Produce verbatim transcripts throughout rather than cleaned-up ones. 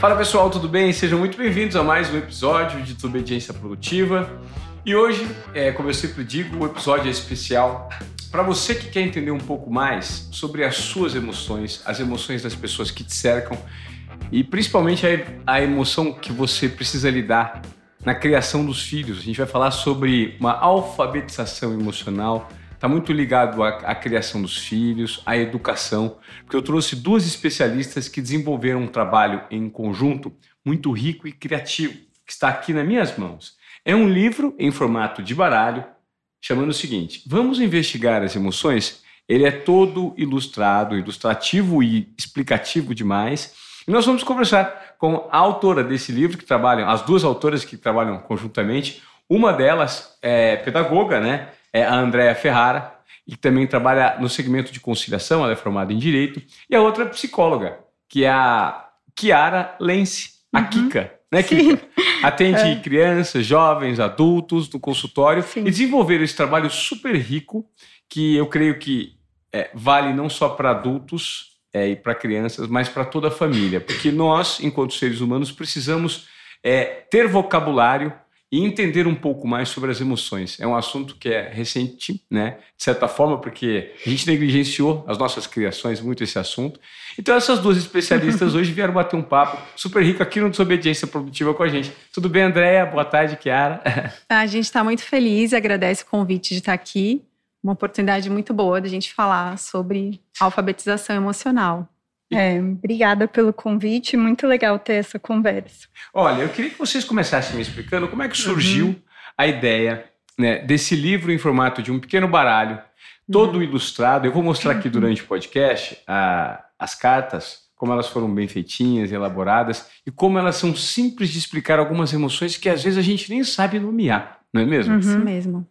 Fala pessoal, tudo bem? Sejam muito bem-vindos a mais um episódio de Desobediência Produtiva. E hoje, é, como eu sempre digo, o episódio é especial para você que quer entender um pouco mais sobre as suas emoções, as emoções das pessoas que te cercam e principalmente a, a emoção que você precisa lidar na criação dos filhos. A gente vai falar sobre uma alfabetização emocional. Está muito ligado à, à criação dos filhos, à educação, porque eu trouxe duas especialistas que desenvolveram um trabalho em conjunto muito rico e criativo, que está aqui nas minhas mãos. É um livro em formato de baralho, chamando o seguinte: Vamos investigar as emoções? Ele é todo ilustrado, ilustrativo e explicativo demais. E nós vamos conversar com a autora desse livro, que trabalham, as duas autoras que trabalham conjuntamente. Uma delas é pedagoga, né? É a Andréa Ferrara, e também trabalha no segmento de conciliação, ela é formada em Direito, e a outra é psicóloga, que é a Chiara Lense, a uhum. Kika, né, Kika? Atende é. crianças, jovens, adultos no consultório. Sim. E desenvolveram esse trabalho super rico, que eu creio que é, vale não só para adultos é, e para crianças, mas para toda a família, porque nós, enquanto seres humanos, precisamos é, ter vocabulário e entender um pouco mais sobre as emoções. É um assunto que é recente, né? De certa forma, porque a gente negligenciou as nossas criações, muito esse assunto. Então, essas duas especialistas hoje vieram bater um papo super rico aqui no Desobediência Produtiva com a gente. Tudo bem, Andréa? Boa tarde, Chiara. A gente está muito feliz e agradece o convite de estar aqui. Uma oportunidade muito boa de a gente falar sobre alfabetização emocional. É, obrigada pelo convite, muito legal ter essa conversa. Olha, eu queria que vocês começassem me explicando como é que surgiu uhum. a ideia, né, desse livro em formato de um pequeno baralho, todo uhum. ilustrado. Eu vou mostrar aqui durante o podcast a, as cartas, como elas foram bem feitinhas, elaboradas, e como elas são simples de explicar algumas emoções que às vezes a gente nem sabe nomear, não é mesmo? Uhum. Isso mesmo.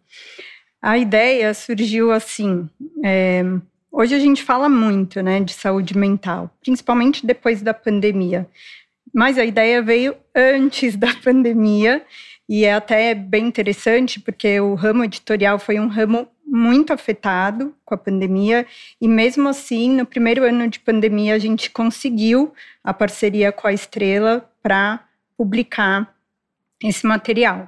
A ideia surgiu assim... É... Hoje a gente fala muito, né, de saúde mental, principalmente depois da pandemia. Mas a ideia veio antes da pandemia e é até bem interessante porque o ramo editorial foi um ramo muito afetado com a pandemia e mesmo assim, no primeiro ano de pandemia, a gente conseguiu a parceria com a Estrela para publicar esse material.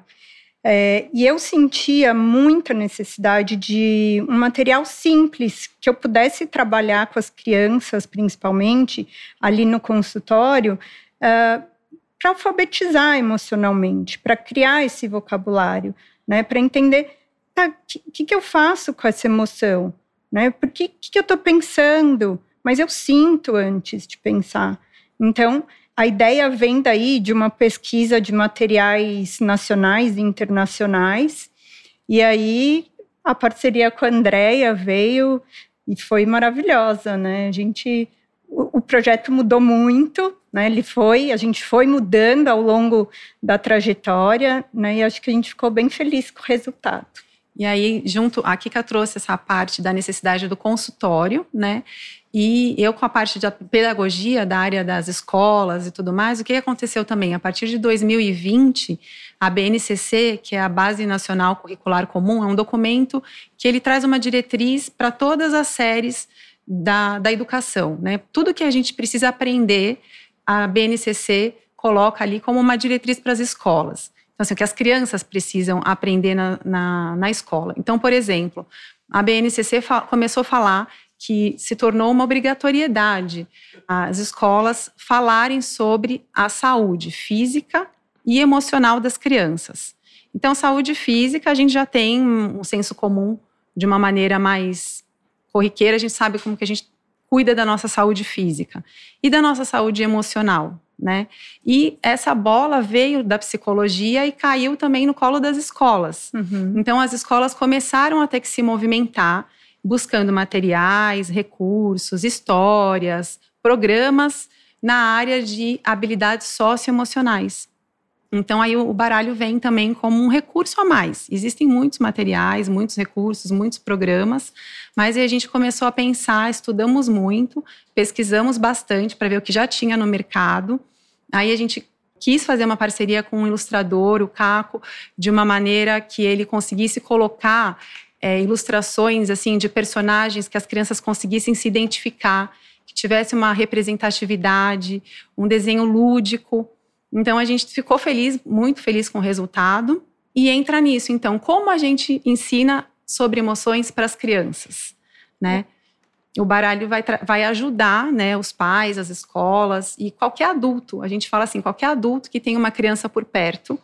É, e eu sentia muita necessidade de um material simples, que eu pudesse trabalhar com as crianças, principalmente, ali no consultório, uh, para alfabetizar emocionalmente, para criar esse vocabulário, né, para entender o tá, que, que eu faço com essa emoção, né, por que, que eu estou pensando, mas eu sinto antes de pensar. Então, a ideia vem daí de uma pesquisa de materiais nacionais e internacionais. E aí, a parceria com a Andréa veio e foi maravilhosa, né? A gente, o, o projeto mudou muito, né? Ele foi, a gente foi mudando ao longo da trajetória, né? E acho que a gente ficou bem feliz com o resultado. E aí, junto, a Kika trouxe essa parte da necessidade do consultório, né? E eu com a parte da pedagogia, da área das escolas e tudo mais, o que aconteceu também? A partir de dois mil e vinte, a B N C C, que é a Base Nacional Curricular Comum, é um documento que ele traz uma diretriz para todas as séries da, da educação, né? Tudo que a gente precisa aprender, a B N C C coloca ali como uma diretriz para as escolas. Então, assim, o que as crianças precisam aprender na, na, na escola. Então, por exemplo, a B N C C fa- começou a falar que se tornou uma obrigatoriedade as escolas falarem sobre a saúde física e emocional das crianças. Então, saúde física, a gente já tem um senso comum de uma maneira mais corriqueira, a gente sabe como que a gente cuida da nossa saúde física e da nossa saúde emocional, né? E essa bola veio da psicologia e caiu também no colo das escolas. Uhum. Então, as escolas começaram a ter que se movimentar buscando materiais, recursos, histórias, programas na área de habilidades socioemocionais. Então, aí o baralho vem também como um recurso a mais. Existem muitos materiais, muitos recursos, muitos programas, mas aí a gente começou a pensar, estudamos muito, pesquisamos bastante para ver o que já tinha no mercado. Aí a gente quis fazer uma parceria com um ilustrador, o Caco, de uma maneira que ele conseguisse colocar É, ilustrações assim de personagens que as crianças conseguissem se identificar, que tivesse uma representatividade, um desenho lúdico. Então, a gente ficou feliz, muito feliz com o resultado e entra nisso. Então, como a gente ensina sobre emoções para as crianças, né? O baralho vai, vai ajudar, né, os pais, as escolas e qualquer adulto, a gente fala assim, qualquer adulto que tem uma criança por perto,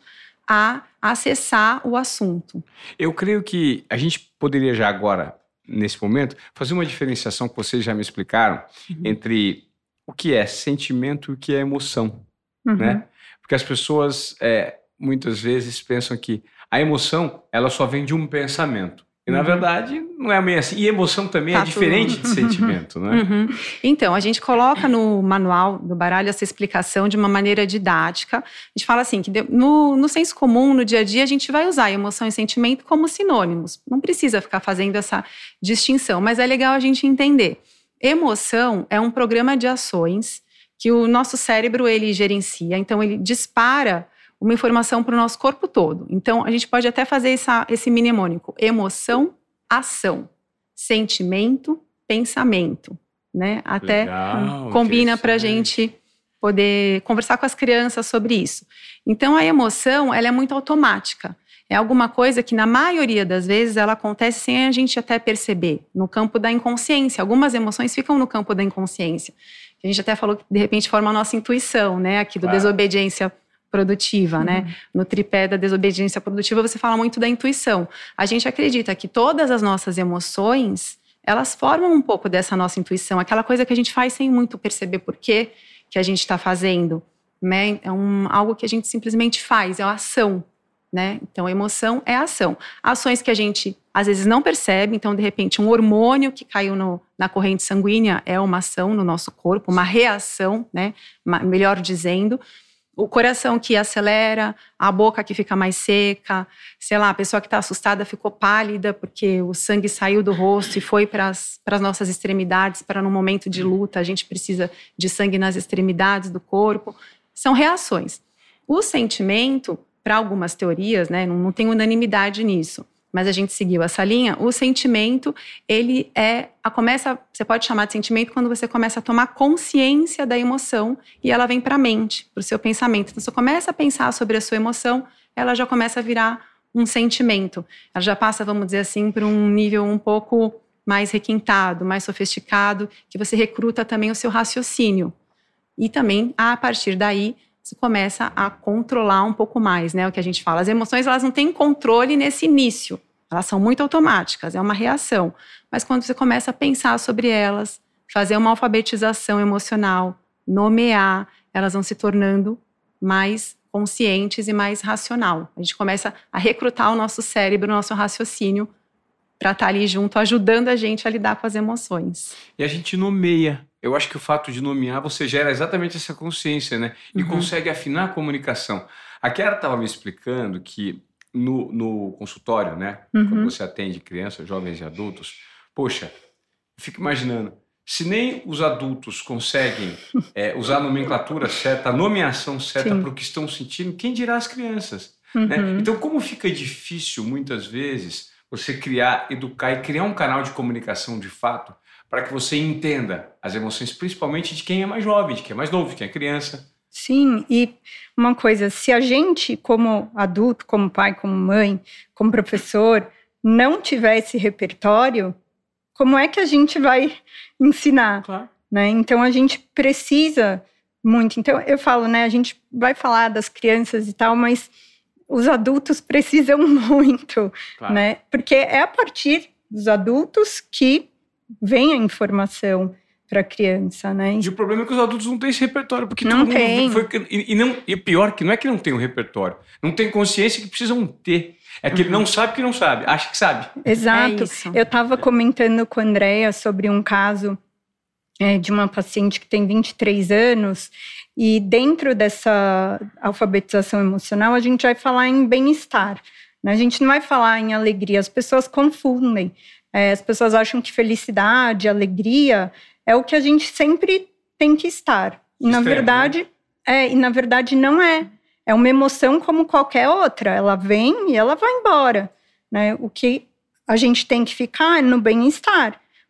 a acessar o assunto. Eu creio que a gente poderia já agora, nesse momento, fazer uma diferenciação que vocês já me explicaram, uhum, entre o que é sentimento e o que é emoção, uhum, né? Porque as pessoas é, muitas vezes pensam que a emoção ela só vem de um pensamento. E, na verdade, não é meio assim. E emoção também tá é diferente tudo. de sentimento, né? Uhum. Então, a gente coloca no manual do baralho essa explicação de uma maneira didática. A gente fala assim, que no, no senso comum, no dia a dia, a gente vai usar emoção e sentimento como sinônimos. Não precisa ficar fazendo essa distinção, mas é legal a gente entender. Emoção é um programa de ações que o nosso cérebro, ele gerencia. Então, ele dispara uma informação para o nosso corpo todo. Então, a gente pode até fazer essa, esse mnemônico. Emoção, ação. Sentimento, pensamento. Né? Até Legal, combina para a gente poder conversar com as crianças sobre isso. Então, a emoção, ela é muito automática. É alguma coisa que, na maioria das vezes, ela acontece sem a gente até perceber. No campo da inconsciência. Algumas emoções ficam no campo da inconsciência. A gente até falou que, de repente, forma a nossa intuição, né? Aqui do claro. desobediência produtiva, uhum. né? No tripé da desobediência produtiva, você fala muito da intuição. A gente acredita que todas as nossas emoções, elas formam um pouco dessa nossa intuição, aquela coisa que a gente faz sem muito perceber por quê que a gente está fazendo, né? É um, algo que a gente simplesmente faz, é uma ação, né? Então, a emoção é a ação. Ações que a gente, às vezes, não percebe, então, de repente, um hormônio que caiu no, na corrente sanguínea é uma ação no nosso corpo, uma reação, né? Melhor dizendo. O coração que acelera, a boca que fica mais seca, sei lá, a pessoa que está assustada ficou pálida porque o sangue saiu do rosto e foi para as nossas extremidades, para no momento de luta a gente precisa de sangue nas extremidades do corpo. São reações. O sentimento, para algumas teorias, né, não, não tem unanimidade nisso, mas a gente seguiu essa linha. O sentimento, ele é, a começa, você pode chamar de sentimento quando você começa a tomar consciência da emoção e ela vem para a mente, para o seu pensamento. Então, você começa a pensar sobre a sua emoção, ela já começa a virar um sentimento. Ela já passa, vamos dizer assim, para um nível um pouco mais requintado, mais sofisticado, que você recruta também o seu raciocínio. E também, a partir daí, você começa a controlar um pouco mais, né? O que a gente fala. As emoções, elas não têm controle nesse início. Elas são muito automáticas, é uma reação. Mas quando você começa a pensar sobre elas, fazer uma alfabetização emocional, nomear, elas vão se tornando mais conscientes e mais racional. A gente começa a recrutar o nosso cérebro, o nosso raciocínio, para estar ali junto, ajudando a gente a lidar com as emoções. E a gente nomeia. Eu acho que o fato de nomear, você gera exatamente essa consciência, né? E uhum. consegue afinar a comunicação. A Chiara estava me explicando que no, no consultório, né? Uhum. Quando você atende crianças, jovens e adultos, poxa, eu fico imaginando, se nem os adultos conseguem é, usar a nomenclatura certa, a nomeação certa para o que estão sentindo, quem dirá as crianças? Uhum. Né? Então, como fica difícil, muitas vezes, você criar, educar e criar um canal de comunicação de fato, para que você entenda as emoções, principalmente de quem é mais jovem, de quem é mais novo, de quem é criança. Sim, e uma coisa, se a gente, como adulto, como pai, como mãe, como professor, não tiver esse repertório, como é que a gente vai ensinar? Claro. Né? Então, a gente precisa muito. Então, eu falo, né, a gente vai falar das crianças e tal, mas os adultos precisam muito, claro. Né? Porque é a partir dos adultos que vem a informação para a criança, né? E o problema é que os adultos não têm esse repertório, porque não todo tem. mundo foi, e, e, não, e pior que não é que não tem o um repertório, não tem consciência que precisam ter. É que uhum. ele não sabe que não sabe, acha que sabe. Exato. É Eu estava comentando com a Andrea sobre um caso é, de uma paciente que tem vinte e três anos, e dentro dessa alfabetização emocional a gente vai falar em bem-estar, né? A gente não vai falar em alegria, as pessoas confundem. É, as pessoas acham que felicidade, alegria é o que a gente sempre tem que estar. E na verdade, é, e na verdade não é. É uma emoção como qualquer outra. Ela vem e ela vai embora, né? O que a gente tem que ficar é no bem-estar.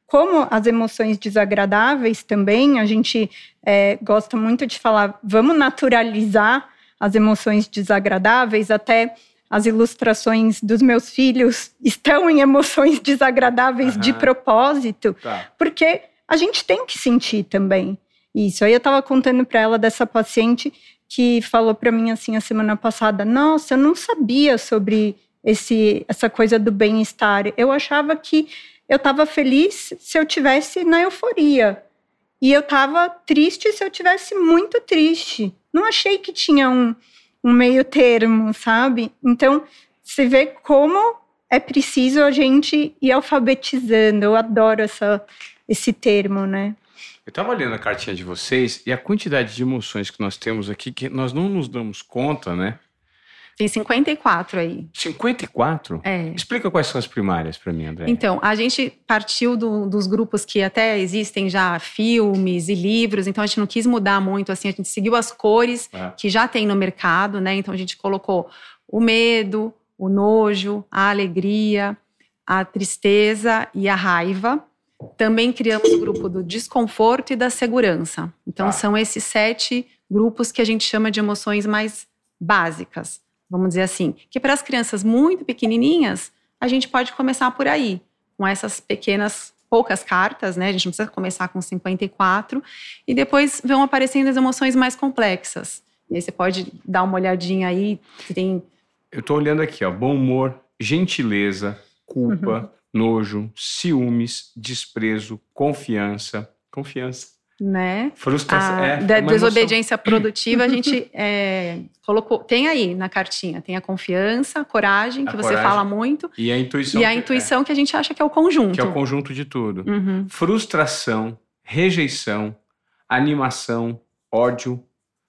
como as emoções desagradáveis também, a gente é, gosta muito de falar, vamos naturalizar as emoções desagradáveis, até as ilustrações dos meus filhos estão em emoções desagradáveis uhum. de propósito, tá. porque a gente tem que sentir também isso. Aí eu estava contando para ela dessa paciente que falou para mim assim a semana passada, nossa, eu não sabia sobre esse, essa coisa do bem-estar. Eu achava que eu estava feliz se eu tivesse na euforia. E eu estava triste se eu tivesse muito triste. Não achei que tinha um, um meio termo, sabe? Então, você vê como é preciso a gente ir alfabetizando. Eu adoro essa, esse termo, né? Eu estava lendo a cartinha de vocês e a quantidade de emoções que nós temos aqui, que nós não nos damos conta, né? Tem cinquenta e quatro aí. cinquenta e quatro? É. Explica quais são as primárias para mim, André. Então, a gente partiu do, dos grupos que até existem já filmes e livros, então a gente não quis mudar muito, assim, a gente seguiu as cores é. que já tem no mercado, né? Então a gente colocou o medo, o nojo, a alegria, a tristeza e a raiva. Também criamos o grupo do desconforto e da segurança. Então ah. são esses sete grupos que a gente chama de emoções mais básicas. Vamos dizer assim, que para as crianças muito pequenininhas, a gente pode começar por aí, com essas pequenas, poucas cartas, né? A gente não precisa começar com cinquenta e quatro, e depois vão aparecendo as emoções mais complexas. E aí você pode dar uma olhadinha aí, que tem... Eu estou olhando aqui, ó, bom humor, gentileza, culpa, uhum. nojo, ciúmes, desprezo, confiança, confiança. Né? Frustração. A, é, da desobediência produtiva, a gente é, colocou, tem aí na cartinha, tem a confiança, a coragem, que a você coragem, fala muito. E a intuição. E a intuição é, que a gente acha que é o conjunto. Que é o conjunto de tudo. Uhum. Frustração, rejeição, animação, ódio,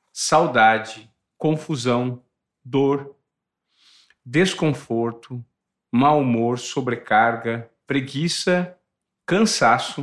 saudade, confusão, dor, desconforto, mau humor, sobrecarga, preguiça, cansaço,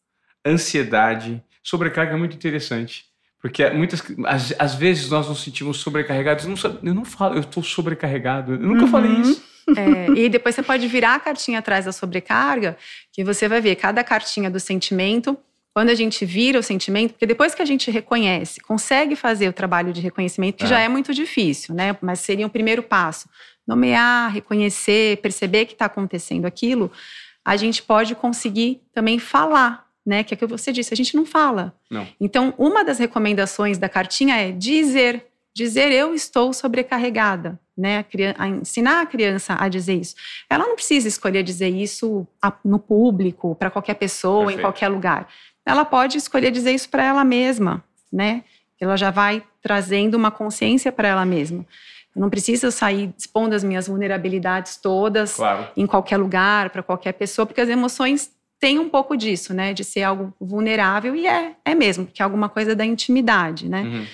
ansiedade. Sobrecarga é muito interessante, porque muitas, às, às vezes nós nos sentimos sobrecarregados. Eu não, eu não falo, eu estou sobrecarregado, eu nunca uhum. falei isso. É, e depois você pode virar a cartinha atrás da sobrecarga, que você vai ver cada cartinha do sentimento. Quando a gente vira o sentimento, porque depois que a gente reconhece, consegue fazer o trabalho de reconhecimento, que é. já é muito difícil, né? Mas seria o primeiro passo. Nomear, reconhecer, perceber que está acontecendo aquilo, a gente pode conseguir também falar. Né, que é o que você disse, a gente não fala. Não. Então, uma das recomendações da cartinha é dizer, dizer eu estou sobrecarregada, né, a criança, a ensinar a criança a dizer isso. Ela não precisa escolher dizer isso no público, para qualquer pessoa, Perfeito. Em qualquer lugar. Ela pode escolher dizer isso para ela mesma, né, ela já vai trazendo uma consciência para ela mesma. Eu não preciso sair expondo as minhas vulnerabilidades todas, claro. Em qualquer lugar, para qualquer pessoa, porque as emoções tem um pouco disso, né? De ser algo vulnerável, e é, é mesmo, porque é alguma coisa da intimidade, né? Uhum.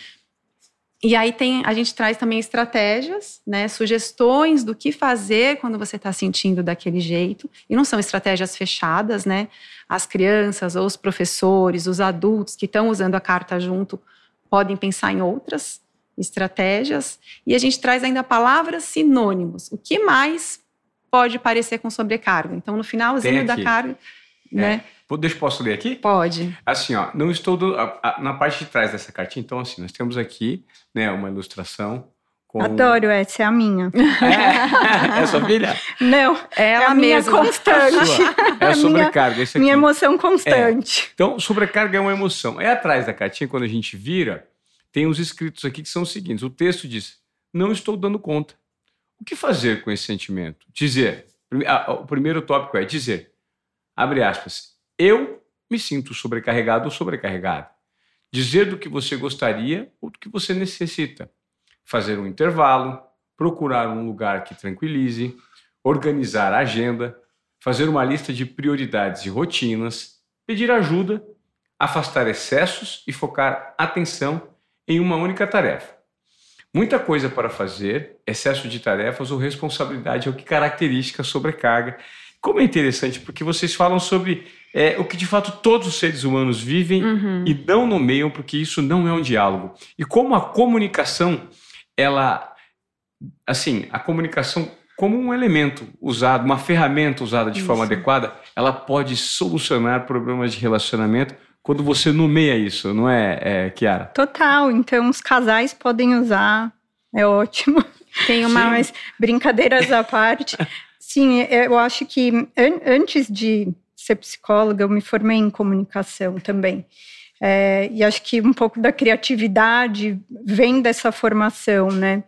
E aí tem, a gente traz também estratégias, né? Sugestões do que fazer quando você está sentindo daquele jeito. E não são estratégias fechadas, né? As crianças ou os professores, os adultos que estão usando a carta junto podem pensar em outras estratégias. E a gente traz ainda palavras sinônimos. O que mais pode parecer com sobrecarga? Então, no finalzinho da carga... Né? É. Deixa, posso ler aqui? Pode. Assim, ó, não estou do, a, a, na parte de trás dessa cartinha, então assim, nós temos aqui, né, uma ilustração com... Adoro, essa é a minha. É, é a sua filha? Não, é ela é a minha mesma. Constante. É a sobrecarga, isso aqui. Minha emoção constante. É. Então, sobrecarga é uma emoção. É atrás da cartinha, quando a gente vira, tem uns escritos aqui que são os seguintes. O texto diz, não estou dando conta. O que fazer com esse sentimento? Dizer. O primeiro tópico é dizer. Abre aspas, eu me sinto sobrecarregado ou sobrecarregada. Dizer do que você gostaria ou do que você necessita. Fazer um intervalo, procurar um lugar que tranquilize, organizar a agenda, fazer uma lista de prioridades e rotinas, pedir ajuda, afastar excessos e focar atenção em uma única tarefa. Muita coisa para fazer, excesso de tarefas ou responsabilidade é o que caracteriza a sobrecarga. Como é interessante, porque vocês falam sobre é, o que de fato todos os seres humanos vivem uhum. e não nomeiam, porque isso não é um diálogo. E como a comunicação, ela, assim, a comunicação como um elemento usado, uma ferramenta usada de Isso. forma adequada, ela pode solucionar problemas de relacionamento quando você nomeia isso, não é, é Chiara? Total, então os casais podem usar, é ótimo. Tem uma, Sim. mas brincadeiras à parte. Sim, eu acho que an- antes de ser psicóloga, eu me formei em comunicação também. É, e acho que um pouco da criatividade vem dessa formação, né?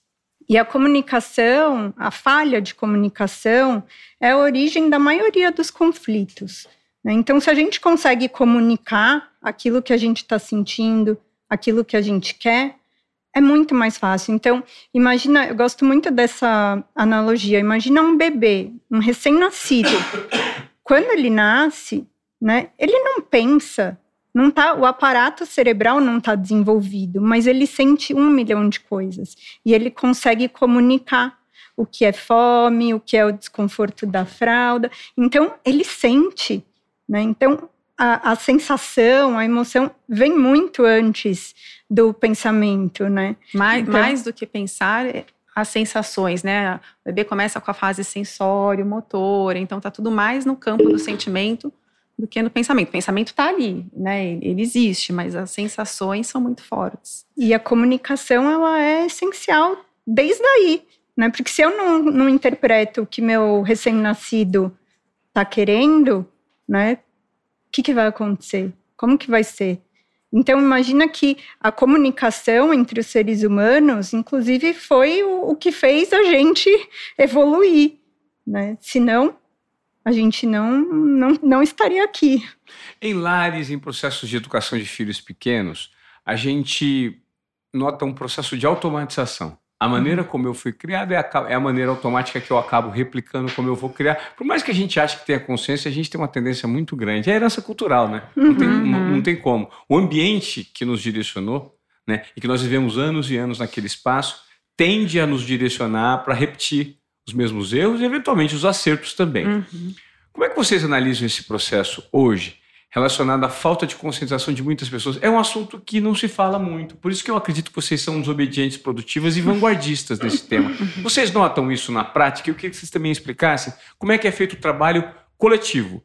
E a comunicação, a falha de comunicação, é a origem da maioria dos conflitos, né? Então, se a gente consegue comunicar aquilo que a gente está sentindo, aquilo que a gente quer, é muito mais fácil. Então, imagina, eu gosto muito dessa analogia, imagina um bebê, um recém-nascido. Quando ele nasce, né, ele não pensa, não tá, o aparato cerebral não está desenvolvido, mas ele sente um milhão de coisas. E ele consegue comunicar o que é fome, o que é o desconforto da fralda. Então, ele sente, né? Então, a, a sensação, a emoção vem muito antes do pensamento, né? Mais, Então, mais do que pensar, as sensações, né? O bebê começa com a fase sensório, motor, então tá tudo mais no campo do sentimento do que no pensamento. O pensamento tá ali, né? Ele, ele existe, mas as sensações são muito fortes. E a comunicação, ela é essencial desde aí, né? Porque se eu não, não interpreto o que meu recém-nascido tá querendo, né? O que, que vai acontecer? Como que vai ser? Então, imagina que a comunicação entre os seres humanos, inclusive, foi o, o que fez a gente evoluir, né? Senão, a gente não, não, não estaria aqui. Em lares, em processos de educação de filhos pequenos, a gente nota um processo de automatização. A maneira como eu fui criado é a, é a maneira automática que eu acabo replicando como eu vou criar. Por mais que a gente ache que tenha consciência, a gente tem uma tendência muito grande. É a herança cultural, né? Não, tem, Uhum. não, não tem como. O ambiente que nos direcionou, né, e que nós vivemos anos e anos naquele espaço, tende a nos direcionar para repetir os mesmos erros e, eventualmente, os acertos também. Uhum. Como é que vocês analisam esse processo hoje, relacionado à falta de conscientização de muitas pessoas? É um assunto que não se fala muito. Por isso que eu acredito que vocês são desobedientes, produtivas e vanguardistas nesse tema. Vocês notam isso na prática? Eu queria que vocês também explicassem como é que é feito o trabalho coletivo,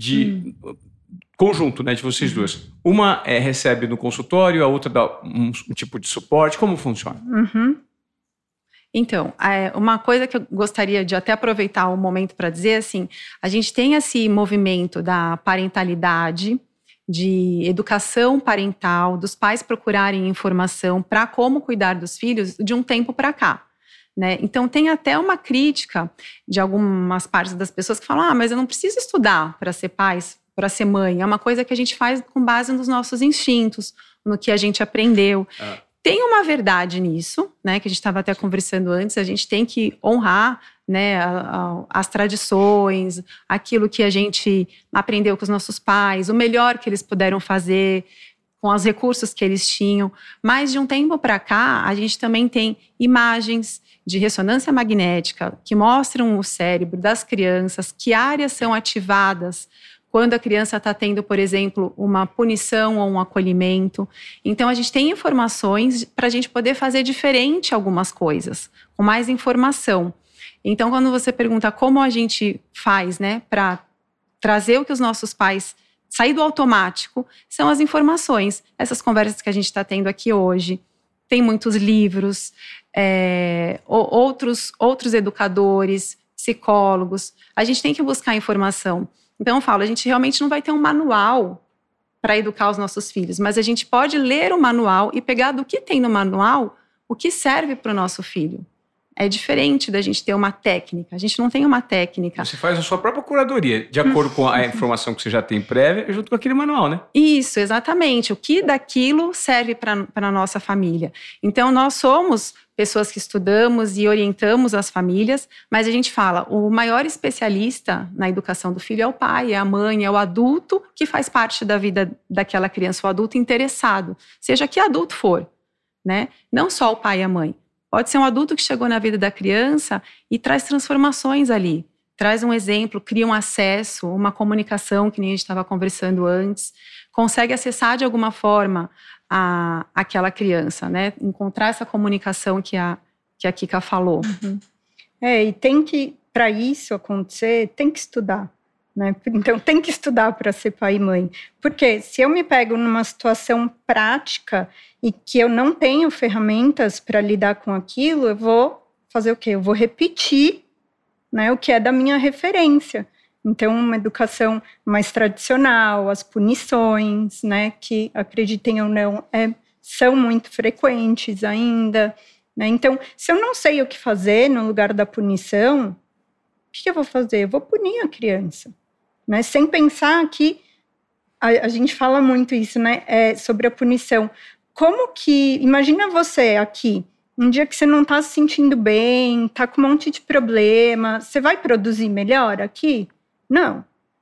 de hum. conjunto, né, de vocês uhum. duas. Uma é, recebe no consultório, a outra dá um, um tipo de suporte. Como funciona? Uhum. Então, uma coisa que eu gostaria de até aproveitar o momento para dizer, assim, a gente tem esse movimento da parentalidade, de educação parental, dos pais procurarem informação para como cuidar dos filhos de um tempo para cá, né? Então, tem até uma crítica de algumas partes das pessoas que falam, ah, mas eu não preciso estudar para ser pai, para ser mãe. É uma coisa que a gente faz com base nos nossos instintos, no que a gente aprendeu. Ah. Tem uma verdade nisso, né, que a gente estava até conversando antes, a gente tem que honrar, né, a, a, as tradições, aquilo que a gente aprendeu com os nossos pais, o melhor que eles puderam fazer com os recursos que eles tinham. Mas de um tempo para cá, a gente também tem imagens de ressonância magnética que mostram o cérebro das crianças, que áreas são ativadas quando a criança está tendo, por exemplo, uma punição ou um acolhimento. Então, a gente tem informações para a gente poder fazer diferente algumas coisas, com mais informação. Então, quando você pergunta como a gente faz, né, para trazer o que os nossos pais, sair do automático, são as informações. Essas conversas que a gente está tendo aqui hoje. Tem muitos livros, é, outros, outros educadores, psicólogos. A gente tem que buscar informação. Então, eu falo, a gente realmente não vai ter um manual para educar os nossos filhos, mas a gente pode ler o manual e pegar do que tem no manual o que serve para o nosso filho. É diferente da gente ter uma técnica. A gente não tem uma técnica. Você faz a sua própria curadoria, de acordo com a informação que você já tem prévia, junto com aquele manual, né? Isso, exatamente. O que daquilo serve para a nossa família. Então, nós somos pessoas que estudamos e orientamos as famílias, mas a gente fala, o maior especialista na educação do filho é o pai, é a mãe, é o adulto que faz parte da vida daquela criança, o adulto interessado, seja que adulto for, né? Não só o pai e a mãe. Pode ser um adulto que chegou na vida da criança e traz transformações ali. Traz um exemplo, cria um acesso, uma comunicação, que nem a gente estava conversando antes. Consegue acessar de alguma forma a, aquela criança, né? Encontrar essa comunicação que a, que a Kika falou. Uhum. É, e tem que, para isso acontecer, tem que estudar, né? Então, tem que estudar para ser pai e mãe. Porque se eu me pego numa situação prática e que eu não tenho ferramentas para lidar com aquilo, eu vou fazer o quê? Eu vou repetir, né, o que é da minha referência. Então, uma educação mais tradicional, as punições, né, que, acreditem ou não, é, são muito frequentes ainda, né? Então, se eu não sei o que fazer no lugar da punição, o que, que eu vou fazer? Eu vou punir a criança, né? Sem pensar que, a, a gente fala muito isso, né, é, sobre a punição. Como que, imagina você aqui, um dia que você não está se sentindo bem, está com um monte de problema, você vai produzir melhor aqui? Não.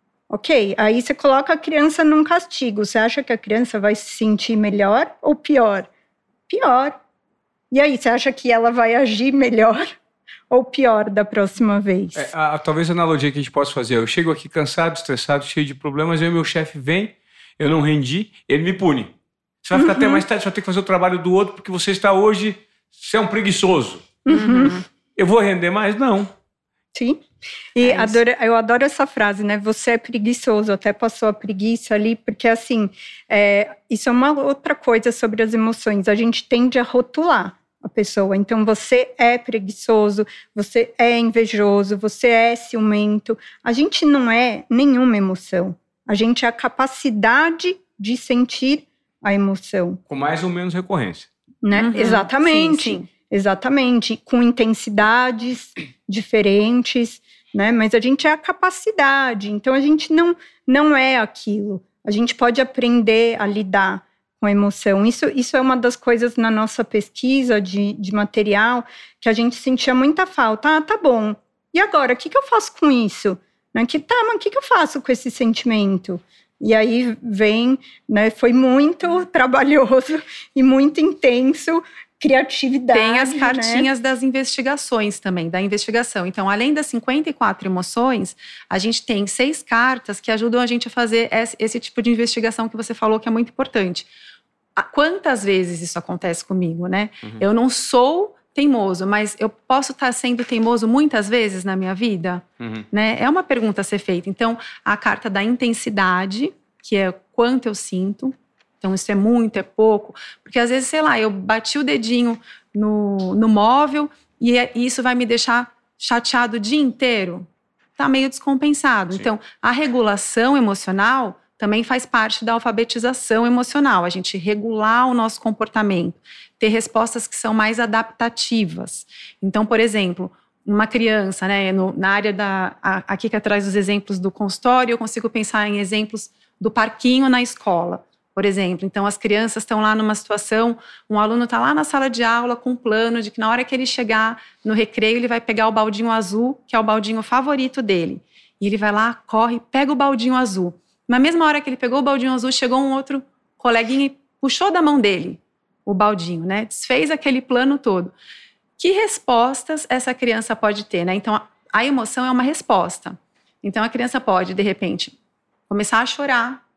Ok, aí você coloca a criança num castigo. Você acha que a criança vai se sentir melhor ou pior? Pior. E aí, você acha que ela vai agir melhor ou pior da próxima vez? É, a, a, talvez a analogia que a gente possa fazer, eu chego aqui cansado, estressado, cheio de problemas, aí o meu chefe vem, eu não rendi, ele me pune. Você vai ficar uhum. até mais tarde, você vai ter que fazer o trabalho do outro, porque você está hoje, você é um preguiçoso. Uhum. Eu vou render mais? Não. Sim. E é adoro, eu adoro essa frase, né? Você é preguiçoso, até passou a preguiça ali, porque assim, é, isso é uma outra coisa sobre as emoções. A gente tende a rotular a pessoa. Então, você é preguiçoso, você é invejoso, você é ciumento. A gente não é nenhuma emoção. A gente é a capacidade de sentir a emoção. Com mais ou menos recorrência. Né? Uhum. Exatamente. Sim, sim. Exatamente. Com intensidades diferentes, né? Mas a gente é a capacidade. Então, a gente não, não é aquilo. A gente pode aprender a lidar com a emoção. Isso, isso é uma das coisas na nossa pesquisa de, de material que a gente sentia muita falta. Ah, tá bom. E agora? O que, que eu faço com isso? Né? Que, tá, mas o que, que eu faço com esse sentimento? E aí vem, né? Foi muito trabalhoso e muito intenso. Criatividade. Tem as cartinhas, né, das investigações também, da investigação. Então, além das cinquenta e quatro emoções, a gente tem seis cartas que ajudam a gente a fazer esse, esse tipo de investigação que você falou que é muito importante. Quantas vezes isso acontece comigo, né? Uhum. Eu não sou teimoso, mas eu posso estar sendo teimoso muitas vezes na minha vida? Uhum. Né? É uma pergunta a ser feita. Então, a carta da intensidade, que é quanto eu sinto. Então, isso é muito, é pouco. Porque, às vezes, sei lá, eu bati o dedinho no, no móvel e, é, e isso vai me deixar chateado o dia inteiro. Tá meio descompensado. Sim. Então, a regulação emocional também faz parte da alfabetização emocional. A gente regular o nosso comportamento. Ter respostas que são mais adaptativas. Então, por exemplo, uma criança, né, no, na área da... A, aqui que atrás dos exemplos do consultório, eu consigo pensar em exemplos do parquinho na escola. Por exemplo, então as crianças estão lá numa situação, um aluno está lá na sala de aula com um plano de que na hora que ele chegar no recreio, ele vai pegar o baldinho azul, que é o baldinho favorito dele. E ele vai lá, corre, pega o baldinho azul. Na mesma hora que ele pegou o baldinho azul, chegou um outro coleguinha e puxou da mão dele o baldinho, né? Desfez aquele plano todo. Que respostas essa criança pode ter, né? Então, a emoção é uma resposta. Então, a criança pode, de repente, começar a chorar,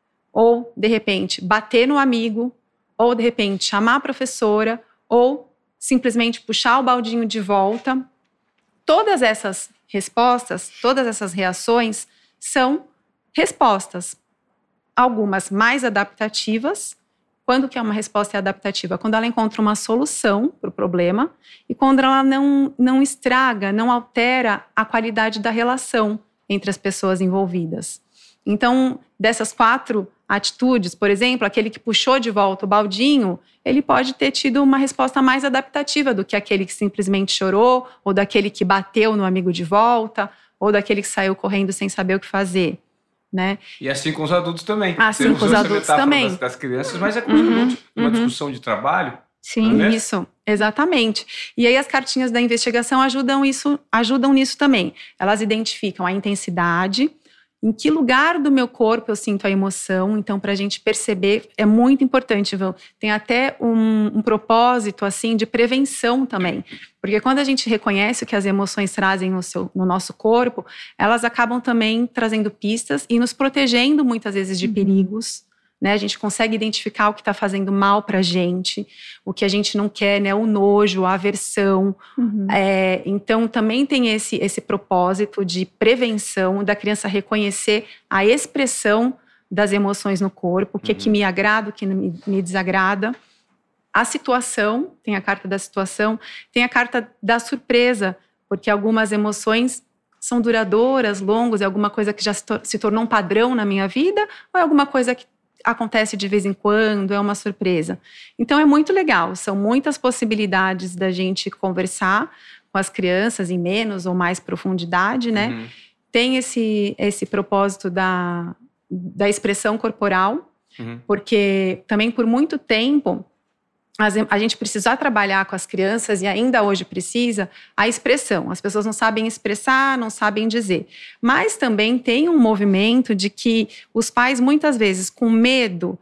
ou, de repente, bater no amigo, ou, de repente, chamar a professora, ou simplesmente puxar o baldinho de volta. Todas essas respostas, todas essas reações são respostas. Algumas mais adaptativas. Quando que é uma resposta adaptativa? Quando ela encontra uma solução para o problema e quando ela não, não estraga, não altera a qualidade da relação entre as pessoas envolvidas. Então, dessas quatro atitudes, por exemplo, aquele que puxou de volta o baldinho, ele pode ter tido uma resposta mais adaptativa do que aquele que simplesmente chorou, ou daquele que bateu no amigo de volta, ou daquele que saiu correndo sem saber o que fazer, né? E assim com os adultos também. Assim Temos com os adultos também. Das, das crianças, mas é com os uhum, adultos. Uma uhum. discussão de trabalho. Sim, é? Isso, exatamente. E aí as cartinhas da investigação ajudam, isso, ajudam nisso também. Elas identificam a intensidade, em que lugar do meu corpo eu sinto a emoção. Então, para a gente perceber, é muito importante, viu? Tem até um, um propósito, assim, de prevenção também. Porque quando a gente reconhece o que as emoções trazem no, seu, no nosso corpo, elas acabam também trazendo pistas e nos protegendo, muitas vezes, de uhum. perigos, né? A gente consegue identificar o que está fazendo mal para a gente, o que a gente não quer, né? O nojo, a aversão. Uhum. É, então, também tem esse, esse propósito de prevenção da criança reconhecer a expressão das emoções no corpo, o que, uhum. que me agrada, o que me, me desagrada. A situação, tem a carta da situação, tem a carta da surpresa, porque algumas emoções são duradouras, longas, é alguma coisa que já se, tor- se tornou um padrão na minha vida, ou é alguma coisa que acontece de vez em quando, é uma surpresa. Então é muito legal, são muitas possibilidades da gente conversar com as crianças em menos ou mais profundidade, né? Uhum. Tem esse, esse propósito da, da expressão corporal, uhum. porque também por muito tempo a gente precisar trabalhar com as crianças, e ainda hoje precisa, a expressão. As pessoas não sabem expressar, não sabem dizer. Mas também tem um movimento de que os pais, muitas vezes, com medo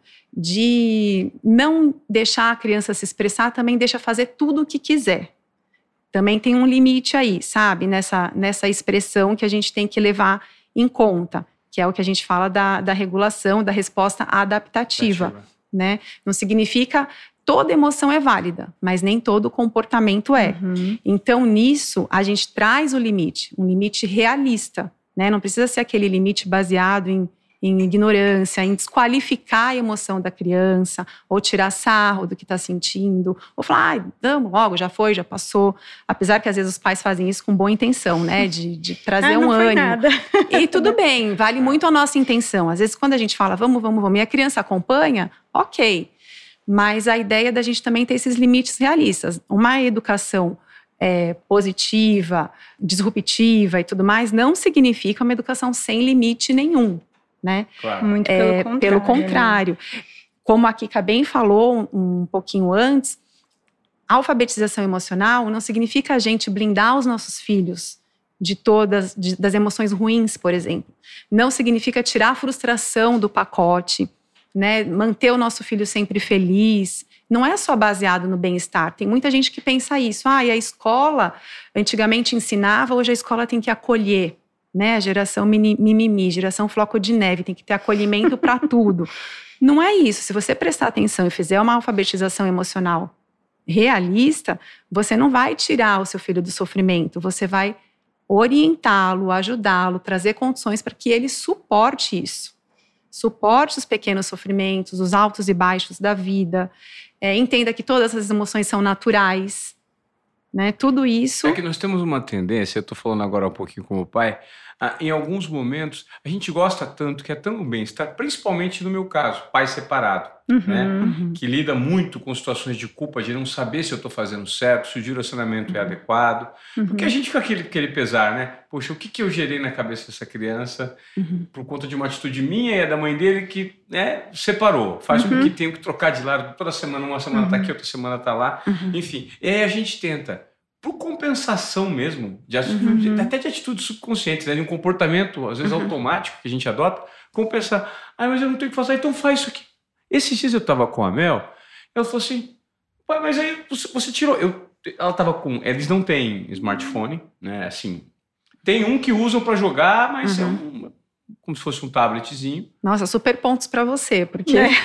de não deixar a criança se expressar, também deixa fazer tudo o que quiser. Também tem um limite aí, sabe? Nessa, nessa expressão que a gente tem que levar em conta, que é o que a gente fala da, da regulação, da resposta adaptativa. Ativa. Né? Não significa... Toda emoção é válida, mas nem todo comportamento é. Uhum. Então, nisso, a gente traz o limite, um limite realista, né? Não precisa ser aquele limite baseado em, em ignorância, em desqualificar a emoção da criança, ou tirar sarro do que está sentindo, ou falar, ai, vamos logo, já foi, já passou. Apesar que às vezes os pais fazem isso com boa intenção, né? De, de trazer ah, um ânimo. Nada. E tudo bem, vale muito a nossa intenção. Às vezes, quando a gente fala, vamos, vamos, vamos, e a criança acompanha, ok. Mas a ideia da gente também ter esses limites realistas. Uma educação é, positiva, disruptiva e tudo mais, não significa uma educação sem limite nenhum, né? Claro. Muito é, pelo contrário. Pelo contrário. Né? Como a Kika bem falou um, um pouquinho antes, alfabetização emocional não significa a gente blindar os nossos filhos de todas, de, das emoções ruins, por exemplo. Não significa tirar a frustração do pacote, né, manter o nosso filho sempre feliz. Não é só baseado no bem-estar. Tem muita gente que pensa isso. Ah, e a escola antigamente ensinava, hoje a escola tem que acolher. Né? A geração mimimi, geração floco de neve, tem que ter acolhimento para tudo. Não é isso. Se você prestar atenção e fizer uma alfabetização emocional realista, você não vai tirar o seu filho do sofrimento. Você vai orientá-lo, ajudá-lo, trazer condições para que ele suporte isso. Suporte os pequenos sofrimentos, os altos e baixos da vida. É, entenda que todas as emoções são naturais. Né? Tudo isso... É que nós temos uma tendência, eu estou falando agora um pouquinho como pai, a, em alguns momentos a gente gosta tanto, que é tão bem-estar, principalmente no meu caso, pai separado, uhum, né? Uhum. Que lida muito com situações de culpa, de não saber se eu estou fazendo certo, se o direcionamento uhum. é adequado, uhum. porque a gente fica aquele, aquele pesar, né? Poxa, o que, que eu gerei na cabeça dessa criança uhum. por conta de uma atitude minha e da mãe dele que né, separou, faz uhum. com que tenha que trocar de lado toda semana, uma semana está uhum. aqui, outra semana está lá, uhum. enfim, e aí a gente tenta por compensação mesmo, de, uhum. até de atitudes subconscientes, né, de um comportamento, às vezes uhum. automático, que a gente adota, compensar. Ah, mas eu não tenho o que fazer, então faz isso aqui. Esses dias eu estava com a Mel, ela falou assim, pai, mas aí você, você tirou... Eu, ela estava com... Eles não têm smartphone, né, assim... Tem um que usam para jogar, mas uhum. é um, como se fosse um tabletzinho. Nossa, super pontos para você, porque... É,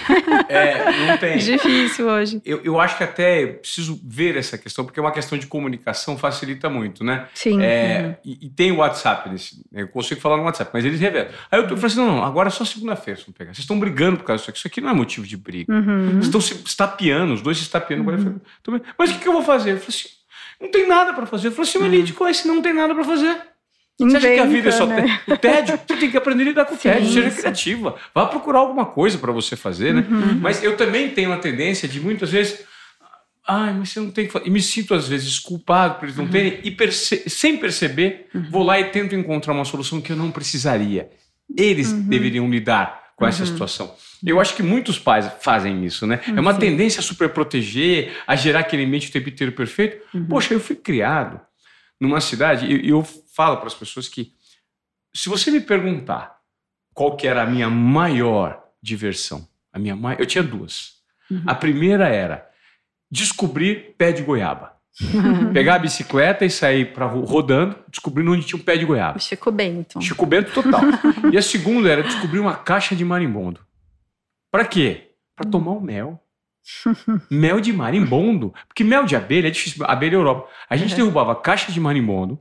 é não tem. Difícil hoje. Eu, eu acho que até preciso ver essa questão, porque é uma questão de comunicação, facilita muito, né? Sim. É, uhum. e, e tem o WhatsApp, nesse, eu consigo falar no WhatsApp, mas eles revelam. Aí eu, eu falei assim, não, não, agora é só segunda-feira, vocês vocês estão brigando por causa disso aqui. Isso aqui não é motivo de briga. Uhum. Vocês estão se estapeando, os dois se estapeando. Uhum. Agora eu falei, mas o que, que eu vou fazer? Eu falei assim, não tem nada para fazer. Eu falei assim, mas Lídia, qual é esse não tem nada para fazer? Você acha que a vida é só né? o tédio? Você tem que aprender a lidar com o tédio, seja isso. criativa. Vá procurar alguma coisa para você fazer, né? Uhum. Mas eu também tenho uma tendência de muitas vezes... Ai, mas você não tem que fazer... E me sinto às vezes culpado por eles não uhum. terem... E perce... sem perceber, uhum. vou lá e tento encontrar uma solução que eu não precisaria. Eles uhum. deveriam lidar com uhum. essa situação. Eu acho que muitos pais fazem isso, né? Uhum. É uma tendência a super proteger, a gerar aquele ambiente o tempo inteiro perfeito. Uhum. Poxa, eu fui criado numa cidade, e eu, eu falo para as pessoas que, se você me perguntar qual que era a minha maior diversão, a minha mai... eu tinha duas. Uhum. A primeira era descobrir pé de goiaba. Uhum. Pegar a bicicleta e sair pra, rodando, descobrindo onde tinha um pé de goiaba. Chico Bento. Chico Bento total. E a segunda era descobrir uma caixa de marimbondo. Pra quê? Pra tomar o mel. Mel de marimbondo. Porque mel de abelha é difícil. Abelha é Europa. A gente uhum. derrubava caixa de marimbondo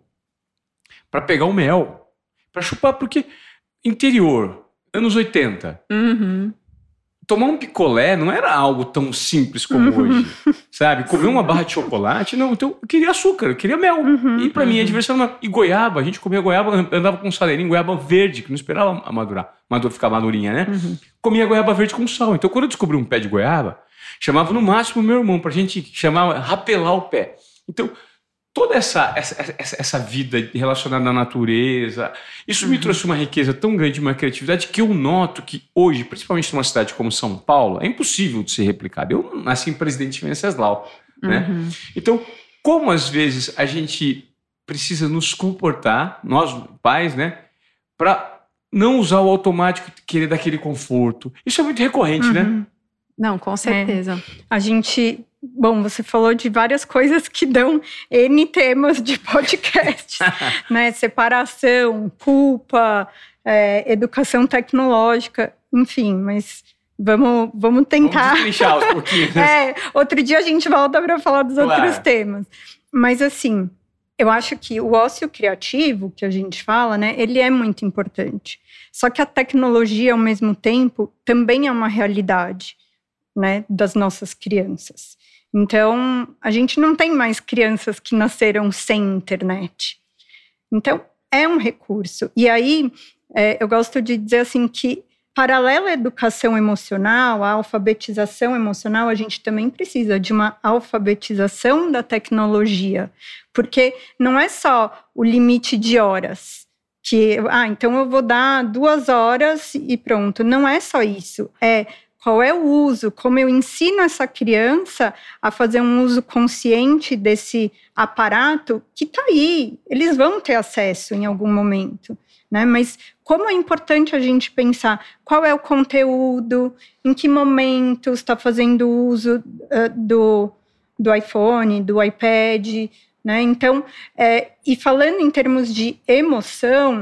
pra pegar o mel. Pra chupar, porque interior, anos oitenta. Uhum. Tomar um picolé não era algo tão simples como uhum. hoje, sabe? Comer uma barra de chocolate, não. Então, eu queria açúcar, eu queria mel. Uhum. E pra uhum. mim, a diversão era... E goiaba, a gente comia goiaba, andava com um saleirinho, goiaba verde, que não esperava madurar. Madur, ficar madurinha, né? Uhum. Comia goiaba verde com sal. Então, quando eu descobri um pé de goiaba, chamava no máximo o meu irmão, pra gente chamar, rapelar o pé. Então, toda essa, essa, essa, essa vida relacionada à natureza, isso uhum. me trouxe uma riqueza tão grande, uma criatividade, que eu noto que hoje, principalmente numa cidade como São Paulo, é impossível de ser replicado. Eu nasci em Presidente Venceslau, né? Uhum. Então, como às vezes a gente precisa nos comportar, nós pais, né, para não usar o automático e querer daquele conforto. Isso é muito recorrente, uhum. né? Não, com certeza. É. A gente... Bom, você falou de várias coisas que dão N temas de podcasts, né? Separação, culpa, é, educação tecnológica, enfim, mas vamos, vamos tentar. Vamos destrinchar aos pouquinhos. É, outro dia a gente volta para falar dos claro. outros temas. Mas assim, eu acho que o ócio criativo, que a gente fala, né? Ele é muito importante. Só que a tecnologia, ao mesmo tempo, também é uma realidade, né? Das nossas crianças. Então, a gente não tem mais crianças que nasceram sem internet. Então, é um recurso. E aí, é, eu gosto de dizer assim que, paralelo à educação emocional, à alfabetização emocional, a gente também precisa de uma alfabetização da tecnologia. Porque não é só o limite de horas. Que, ah, então eu vou dar duas horas e pronto. Não é só isso. É... Qual é o uso? Como eu ensino essa criança a fazer um uso consciente desse aparato que está aí. Eles vão ter acesso em algum momento, né? Mas como é importante a gente pensar qual é o conteúdo, em que momento está fazendo uso uh, do, do iPhone, do iPad, né? Então, é, e falando em termos de emoção,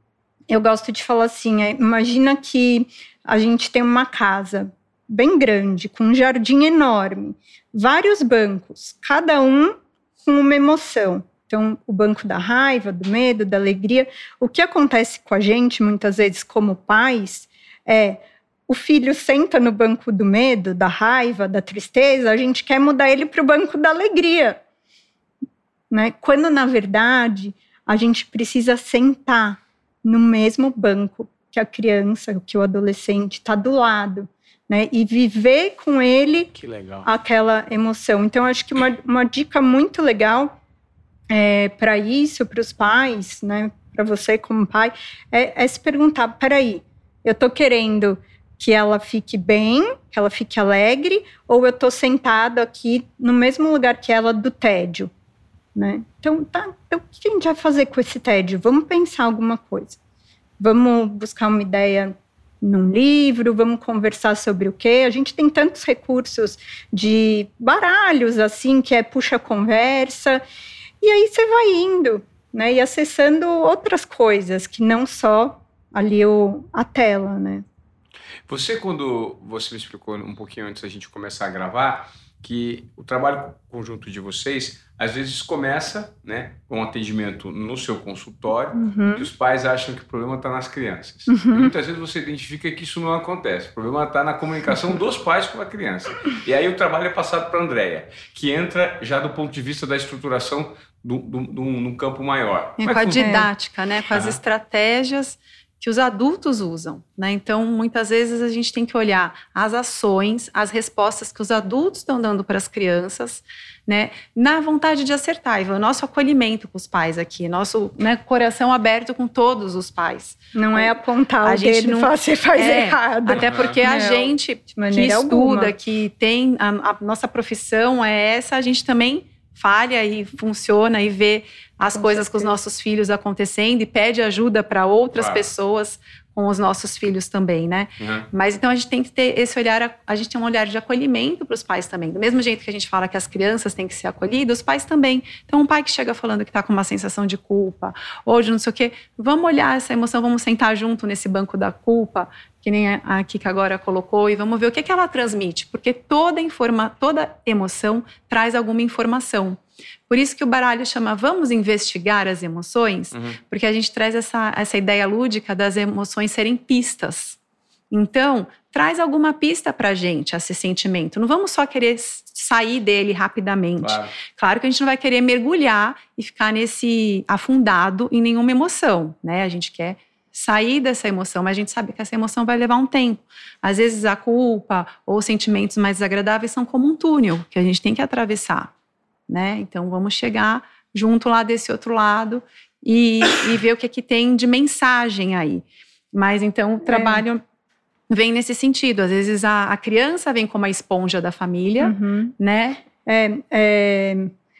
eu gosto de falar assim, é, imagina que a gente tem uma casa bem grande, com um jardim enorme, vários bancos, cada um com uma emoção. Então, o banco da raiva, do medo, da alegria. O que acontece com a gente, muitas vezes, como pais, é o filho senta no banco do medo, da raiva, da tristeza, a gente quer mudar ele para o banco da alegria, né? Quando, na verdade, a gente precisa sentar no mesmo banco que a criança, que o adolescente está do lado, né? E viver com ele que legal. Aquela emoção. Então, acho que uma, uma dica muito legal é, para isso, para os pais, né? Para você como pai, é, é se perguntar, peraí, eu estou querendo que ela fique bem, que ela fique alegre, ou eu estou sentado aqui no mesmo lugar que ela do tédio, né? Então, tá, então, o que a gente vai fazer com esse tédio? Vamos pensar alguma coisa. Vamos buscar uma ideia num livro, vamos conversar sobre o quê? A gente tem tantos recursos de baralhos, assim, que é puxa-conversa. E aí você vai indo, né? E acessando outras coisas, que não só ali o, a tela, né? Você, quando você me explicou um pouquinho antes da gente começar a gravar, que o trabalho conjunto de vocês, às vezes começa, né, com um atendimento no seu consultório, uhum. que os pais acham que o problema está nas crianças. Uhum. E muitas vezes você identifica que isso não acontece. O problema está na comunicação dos pais com a criança. E aí o trabalho é passado para a Andréia, que entra já do ponto de vista da estruturação do, do, do, num campo maior. É, com a didática, né, com as ah. estratégias que os adultos usam, né? Então, muitas vezes a gente tem que olhar as ações, as respostas que os adultos estão dando para as crianças, né? Na vontade de acertar, e o nosso acolhimento com os pais aqui, nosso, né, coração aberto com todos os pais. Não é apontar a o dedo e falar, você faz é, errado. Até porque não, a gente que estuda, alguma. que tem, a, a nossa profissão é essa, a gente também falha e funciona e vê as com coisas certeza. Com os nossos filhos acontecendo e pede ajuda para outras claro. Pessoas com os nossos filhos também, né? Uhum. Mas então a gente tem que ter esse olhar, a gente tem um olhar de acolhimento para os pais também. Do mesmo jeito que a gente fala que as crianças têm que ser acolhidas, os pais também. Então um pai que chega falando que está com uma sensação de culpa, ou de não sei o quê, vamos olhar essa emoção, vamos sentar junto nesse banco da culpa, que nem a Kika agora colocou, e vamos ver o que, que ela transmite. Porque toda, informa, toda emoção traz alguma informação. Por isso que o baralho chama Vamos Investigar as Emoções, uhum. porque a gente traz essa, essa ideia lúdica das emoções serem pistas. Então, traz alguma pista pra gente, esse sentimento. Não vamos só querer sair dele rapidamente. Claro. Claro que a gente não vai querer mergulhar e ficar nesse afundado em nenhuma emoção, né? A gente quer sair dessa emoção, mas a gente sabe que essa emoção vai levar um tempo. Às vezes a culpa ou sentimentos mais desagradáveis são como um túnel que a gente tem que atravessar. Né? Então vamos chegar junto lá desse outro lado e, e ver o que, é que tem de mensagem aí. Mas então o trabalho é. vem nesse sentido. Às vezes a, a criança vem como a esponja da família, uhum. né? É, é,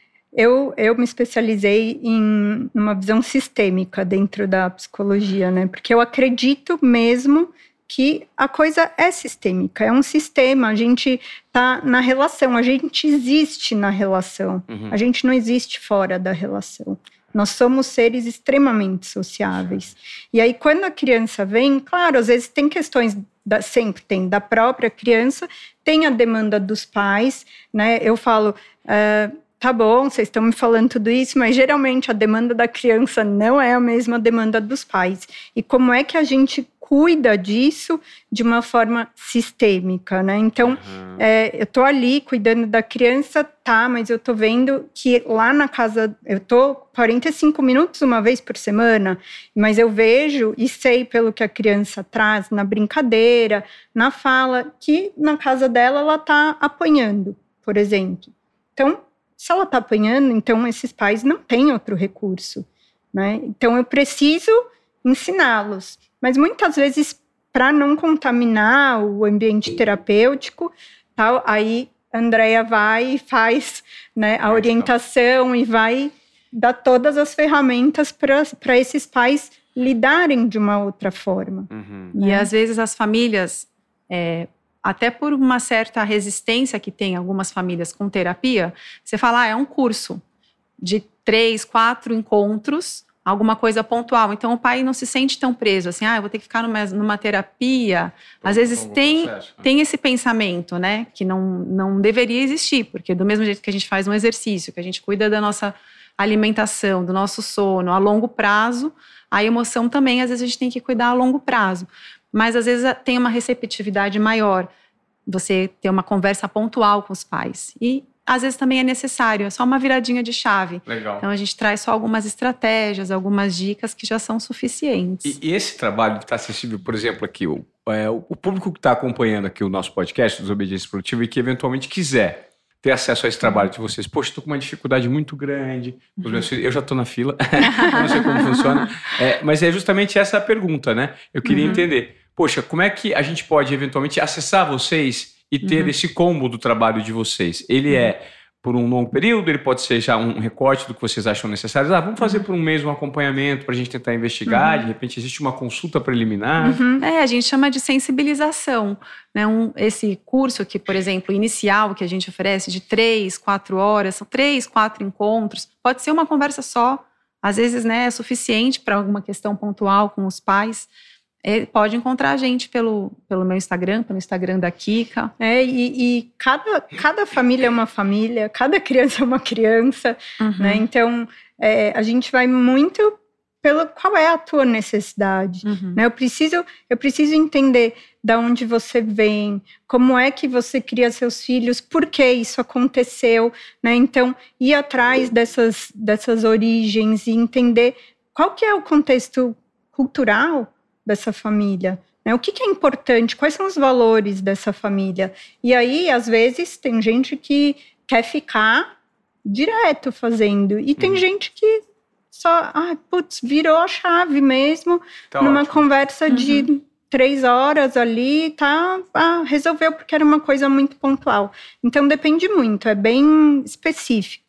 eu, eu me especializei em uma visão sistêmica dentro da psicologia, né? Porque eu acredito mesmo que a coisa é sistêmica, é um sistema, a gente tá na relação, a gente existe na relação, uhum. a gente não existe fora da relação. Nós somos seres extremamente sociáveis. E aí, quando a criança vem, claro, às vezes tem questões, da, sempre tem, da própria criança, tem a demanda dos pais, né? Eu falo, uh, tá bom, vocês estão me falando tudo isso, mas geralmente a demanda da criança não é a mesma demanda dos pais. E como é que a gente cuida disso de uma forma sistêmica, né? Então, uhum. é, eu tô ali cuidando da criança, tá, mas eu tô vendo que lá na casa, eu tô quarenta e cinco minutos uma vez por semana, mas eu vejo e sei pelo que a criança traz na brincadeira, na fala, que na casa dela ela tá apanhando, por exemplo. Então, se ela tá apanhando, então esses pais não têm outro recurso, né? Então, eu preciso ensiná-los. Mas muitas vezes, para não contaminar o ambiente terapêutico, tal, aí a Andrea vai e faz, né, a orientação e vai dar todas as ferramentas para esses pais lidarem de uma outra forma. Uhum. Né? E às vezes as famílias, é, até por uma certa resistência que tem algumas famílias com terapia, você fala, ah, é um curso de três, quatro encontros, alguma coisa pontual. Então, o pai não se sente tão preso, assim, ah, eu vou ter que ficar numa, numa terapia. Às vezes tem, tem esse pensamento, né, que não, não deveria existir, porque do mesmo jeito que a gente faz um exercício, que a gente cuida da nossa alimentação, do nosso sono a longo prazo, a emoção também, às vezes, a gente tem que cuidar a longo prazo. Mas, às vezes, tem uma receptividade maior, você ter uma conversa pontual com os pais. E às vezes também é necessário, é só uma viradinha de chave. Legal. Então a gente traz só algumas estratégias, algumas dicas que já são suficientes. E, e esse trabalho está acessível, por exemplo, aqui, o, é, o público que está acompanhando aqui o nosso podcast, Desobediência Produtiva, e que eventualmente quiser ter acesso a esse trabalho de vocês. Poxa, estou com uma dificuldade muito grande. Os meus filhos, eu já estou na fila, eu não sei como funciona. É, mas é justamente essa a pergunta, né? Eu queria uhum. entender, poxa, como é que a gente pode eventualmente acessar vocês e ter uhum. esse combo do trabalho de vocês? Ele uhum. é por um longo período, ele pode ser já um recorte do que vocês acham necessário. Ah, vamos fazer por um mês um acompanhamento para a gente tentar investigar, uhum. de repente existe uma consulta preliminar. Uhum. É, a gente chama de sensibilização. Né? Um, esse curso que, por exemplo, inicial que a gente oferece de três, quatro horas, são três, quatro encontros, pode ser uma conversa só, às vezes né, é suficiente para alguma questão pontual com os pais. É, pode encontrar a gente pelo, pelo meu Instagram, pelo Instagram da Kika. É, e, e cada, cada família é uma família, cada criança é uma criança, uhum. né? Então, é, a gente vai muito pelo qual é a tua necessidade, uhum. né? Eu preciso, eu preciso entender de onde você vem, como é que você cria seus filhos, por que isso aconteceu, né? Então, ir atrás dessas, dessas origens e entender qual que é o contexto cultural dessa família, né? O que, que é importante, quais são os valores dessa família. E aí, às vezes, tem gente que quer ficar direto fazendo, e tem uhum. gente que só, ah, putz, virou a chave mesmo, tá numa ótimo. Conversa uhum. de três horas ali, tá, ah, resolveu porque era uma coisa muito pontual. Então, depende muito, é bem específico.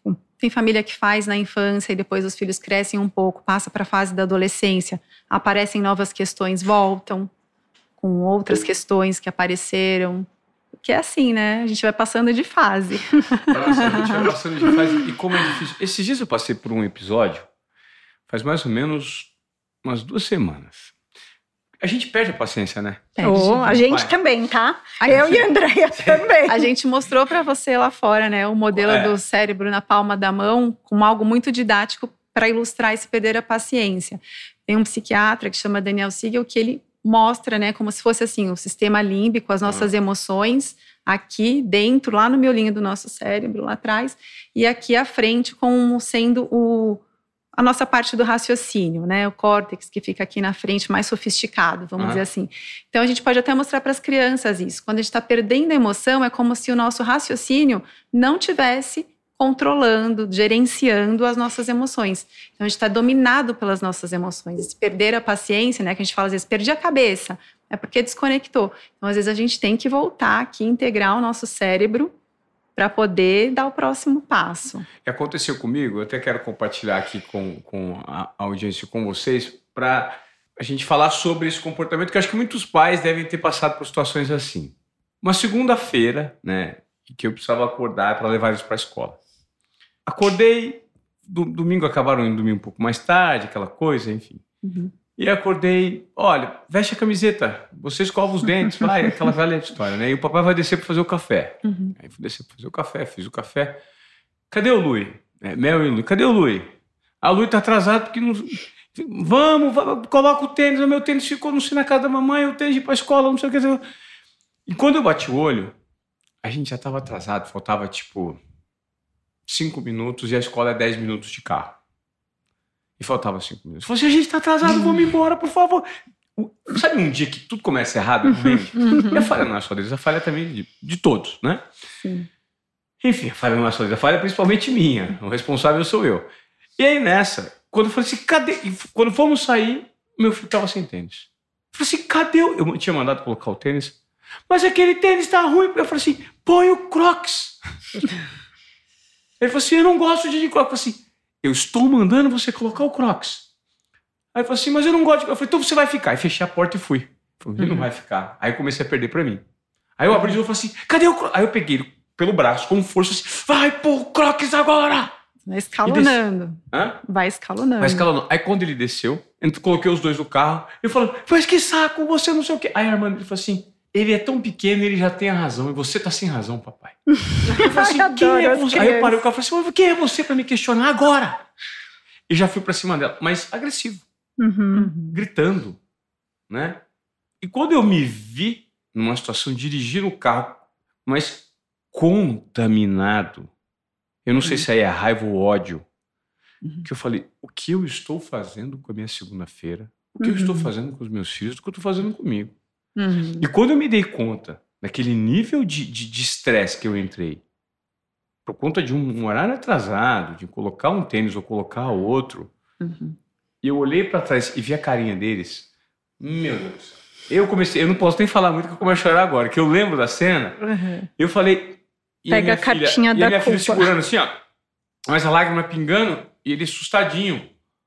tem família que faz na infância e depois os filhos crescem um pouco, passa para a fase da adolescência, aparecem novas questões, voltam com outras questões que apareceram. Que é assim, né? A gente vai passando de fase. Nossa, a gente vai passando de fase. E como é difícil. Esses dias eu passei por um episódio, faz mais ou menos umas duas semanas. A gente perde a paciência, né? Perde. Oh, a gente Vai. também, tá? A eu gente... e a Andréia também. A gente mostrou para você lá fora, né? O modelo é. do cérebro na palma da mão, com algo muito didático para ilustrar esse perder a paciência. Tem um psiquiatra que chama Daniel Siegel, que ele mostra, né, como se fosse assim, o sistema límbico, as nossas uhum. emoções aqui dentro, lá no miolinho do nosso cérebro, lá atrás, e aqui à frente como sendo o, a nossa parte do raciocínio, né, o córtex que fica aqui na frente, mais sofisticado, vamos uhum. dizer assim. Então a gente pode até mostrar para as crianças isso. Quando a gente está perdendo a emoção, é como se o nosso raciocínio não tivesse controlando, gerenciando as nossas emoções. Então, a gente está dominado pelas nossas emoções. Se perder a paciência, né, que a gente fala às vezes, perdi a cabeça, é porque desconectou. Então, às vezes, a gente tem que voltar aqui, integrar o nosso cérebro para poder dar o próximo passo. E aconteceu comigo, eu até quero compartilhar aqui com, com a audiência, com vocês, para a gente falar sobre esse comportamento, que eu acho que muitos pais devem ter passado por situações assim. Uma segunda-feira, né, que eu precisava acordar para levar eles para a escola. Acordei, do, domingo acabaram indo dormir um pouco mais tarde, aquela coisa, enfim. Uhum. E acordei, olha, veste a camiseta, você escova os dentes, vai, aquela velha história, né? E o papai vai descer para fazer o café. Uhum. Aí fui descer para fazer o café, fiz o café. Cadê o Lui? É, Mel e o Lui, cadê o Lui? A Lui tá atrasado porque não... Vamos, vamos, coloca o tênis, o meu tênis ficou, não sei, na casa da mamãe, o tênis de ir para a escola, não sei o que. E quando eu bati o olho, a gente já estava atrasado, faltava tipo cinco minutos e a escola é dez minutos de carro. E faltava cinco minutos. Eu falei assim, a gente está atrasado, vamos embora, por favor. Sabe um dia que tudo começa errado, realmente? Uhum. E a falha não é só deles, a falha também de, de todos, né? Sim. Enfim, a falha não é só deles, a falha é principalmente minha. O responsável sou eu. E aí nessa, quando eu falei assim, cadê? Quando fomos sair, meu filho estava sem tênis. Eu falei assim, cadê o... Eu tinha mandado colocar o tênis. Mas aquele tênis tá ruim. Eu falei assim, põe o Crocs. Ele falou assim, eu não gosto de Crocs. Eu falei assim, eu estou mandando você colocar o Crocs. Aí ele falou assim, mas eu não gosto de... Eu falei, então você vai ficar. Aí fechei a porta e fui. Eu falei, ele uhum. não vai ficar. Aí eu comecei a perder pra mim. Aí eu abri de novo e falei assim, cadê o Crocs? Aí eu peguei ele pelo braço, com força, assim, vai pôr o Crocs agora. Vai escalonando. Des... Hã? Vai escalonando. Vai escalonando. Aí quando ele desceu, eu coloquei os dois no carro, eu falei, mas que saco, você não sei o quê. Aí a irmã dele falou assim, ele é tão pequeno, ele já tem a razão. E você tá sem razão, papai. Eu falei assim, Ai, quem é você? Aí eu parei o carro e falei assim, quem é você pra me questionar agora? E já fui pra cima dela. Mas agressivo. Uhum. Gritando. Né? E quando eu me vi numa situação de dirigir o carro, mas contaminado, eu não uhum. sei se aí é raiva ou ódio, uhum. que eu falei, o que eu estou fazendo com a minha segunda-feira? O que uhum. eu estou fazendo com os meus filhos? O que eu estou fazendo comigo? Uhum. E quando eu me dei conta daquele nível de estresse que eu entrei, por conta de um, um horário atrasado, de colocar um tênis ou colocar outro, uhum. e eu olhei para trás e vi a carinha deles, meu Deus, eu comecei, eu não posso nem falar muito que eu comecei a chorar agora, que eu lembro da cena, uhum. eu falei, e pega a, a cartinha filha, da e a minha culpa. filha segurando assim, ó, mas a lágrima pingando, e ele assustadinho.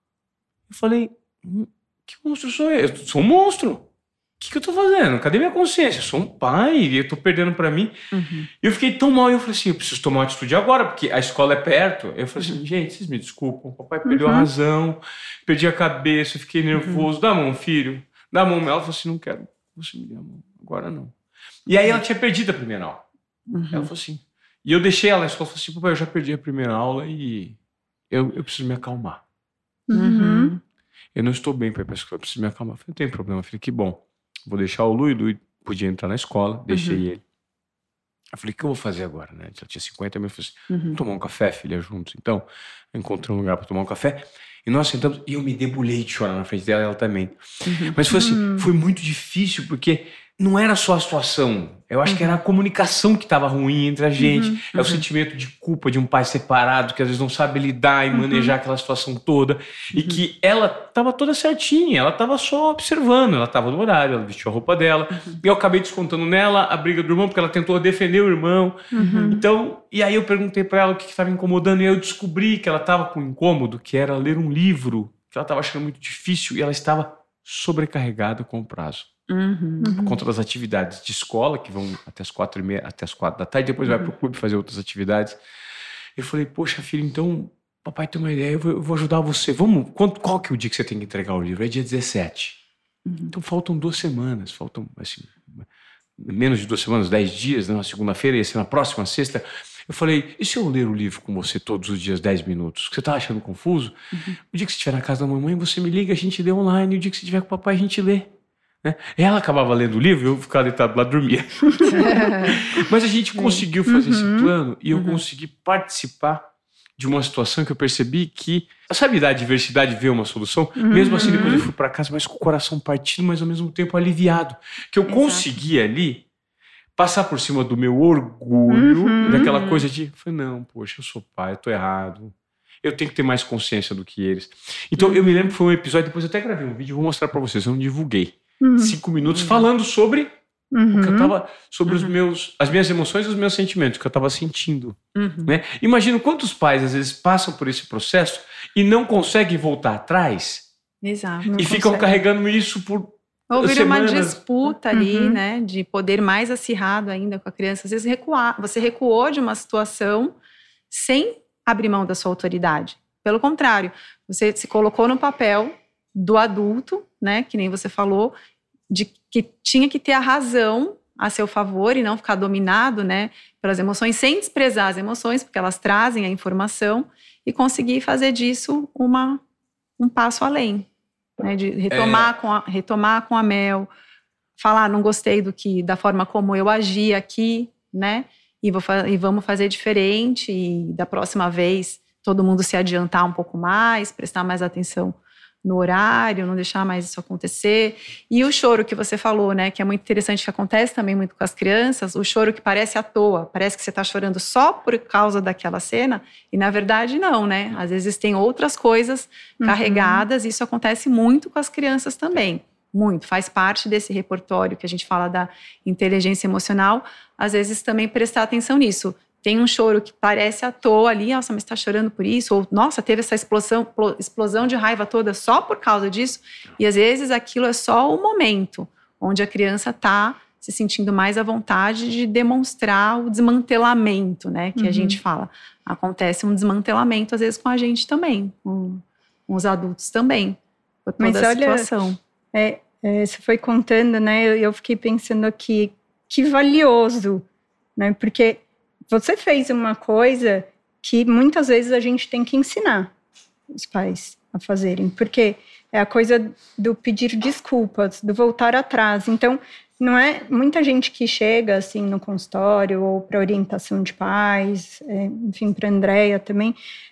Eu falei, que monstro sou eu? Eu sou um monstro. O que, que eu tô fazendo? Cadê minha consciência? Eu sou um pai e eu tô perdendo pra mim. Uhum. E eu fiquei tão mal. E eu falei assim, eu preciso tomar uma atitude agora, porque a escola é perto. Eu falei assim, gente, vocês me desculpam. O papai perdeu uhum. a razão, perdi a cabeça, fiquei nervoso. Uhum. Dá a mão, filho. Dá a mão. Ela falou assim, não quero. Você me dê a mão. Agora não. E aí ela tinha perdido a primeira aula. Uhum. Ela falou assim. E eu deixei ela na escola. Falei assim, papai, eu já perdi a primeira aula e eu, eu preciso me acalmar. Uhum. Eu não estou bem para ir pra escola, eu preciso me acalmar. Eu falei, não tem problema, filho, que bom. Vou deixar o Lui, o Lui podia entrar na escola, deixei uhum. ele. Eu falei, o que eu vou fazer agora, né? Já tinha cinquenta minutos, eu falei assim, uhum. vamos tomar um café, filha, juntos. Então, eu encontrei um lugar para tomar um café, e nós sentamos, e eu me debulhei de chorar na frente dela, ela também. Uhum. Mas foi assim, uhum. foi muito difícil, porque não era só a situação. Eu acho uhum. que era a comunicação que estava ruim entre a gente. Uhum. É o uhum. sentimento de culpa de um pai separado, que às vezes não sabe lidar e manejar uhum. aquela situação toda. Uhum. E que ela estava toda certinha, ela estava só observando. Ela estava no horário, ela vestiu a roupa dela. Uhum. E eu acabei descontando nela a briga do irmão, porque ela tentou defender o irmão. Uhum. Então, e aí eu perguntei para ela o que estava incomodando. E eu descobri que ela estava com um incômodo, que era ler um livro, que ela estava achando muito difícil. E ela estava sobrecarregada com o prazo. Uhum. Por conta das atividades de escola, que vão até as quatro e meia, até as quatro da tarde, depois uhum. vai para o clube fazer outras atividades. Eu falei, poxa, filho, então, papai tem uma ideia, eu vou, eu vou ajudar você. Vamos, qual, qual que é o dia que você tem que entregar o livro? É dia dezessete. Uhum. Então faltam duas semanas, faltam assim, menos de duas semanas, dez dias, né? Na segunda-feira, ia ser na próxima sexta. Eu falei, e se eu ler o livro com você todos os dias, dez minutos? Você tá achando confuso? Uhum. O dia que você estiver na casa da mamãe, você me liga, a gente lê online. O dia que você estiver com o papai, a gente lê. Né? Ela acabava lendo o livro e eu ficava deitado lá, dormia. Mas a gente conseguiu fazer uhum. esse plano e eu uhum. consegui participar de uma situação que eu percebi que, sabe, da adversidade ver uma solução? Uhum. Mesmo assim, depois eu fui para casa, mas com o coração partido, mas ao mesmo tempo aliviado. Que eu Exato. consegui ali passar por cima do meu orgulho, uhum. daquela coisa de, falei, não, poxa, eu sou pai, eu tô errado. Eu tenho que ter mais consciência do que eles. Então, uhum. eu me lembro que foi um episódio, depois eu até gravei um vídeo, vou mostrar para vocês, eu não divulguei. Uhum. Cinco minutos uhum. falando sobre uhum. o que eu tava, sobre uhum. os meus, as minhas emoções e os meus sentimentos, o que eu estava sentindo. Uhum. Né? Imagino quantos pais às vezes passam por esse processo e não conseguem voltar atrás. Exato. E não ficam consegue. carregando isso por ou vira semanas. Uma disputa ali, uhum. né, de poder mais acirrado ainda com a criança. Às vezes recuar, você recuou de uma situação sem abrir mão da sua autoridade. Pelo contrário, você se colocou no papel do adulto, né, que nem você falou, de que tinha que ter a razão a seu favor e não ficar dominado, né, pelas emoções, sem desprezar as emoções, porque elas trazem a informação, e conseguir fazer disso uma, um passo além, né, de retomar, é. com a, retomar com a Mel, falar, não gostei do que, da forma como eu agi aqui, né, e, vou, e vamos fazer diferente, e da próxima vez todo mundo se adiantar um pouco mais, prestar mais atenção no horário, não deixar mais isso acontecer. E o choro que você falou, né, que é muito interessante, que acontece também muito com as crianças, o choro que parece à toa, parece que você está chorando só por causa daquela cena, e na verdade não, né? Às vezes tem outras coisas uhum. carregadas, e isso acontece muito com as crianças também. Muito, faz parte desse repertório que a gente fala da inteligência emocional, às vezes também prestar atenção nisso. Tem um choro que parece à toa ali, nossa, mas está chorando por isso, ou nossa, teve essa explosão, explosão de raiva toda só por causa disso, e às vezes aquilo é só o momento onde a criança está se sentindo mais à vontade de demonstrar o desmantelamento, né, que uhum. a gente fala. Acontece um desmantelamento às vezes com a gente também, com, com os adultos também, por toda mas a olha, situação. É, é, você foi contando, né, eu, eu fiquei pensando aqui, que valioso, né, porque você fez uma coisa que muitas vezes a gente tem que ensinar os pais a fazerem, porque é a coisa do pedir desculpas, do voltar atrás. Então, não é muita gente que chega assim no consultório ou para orientação de pais, é, enfim, para a Andréia também,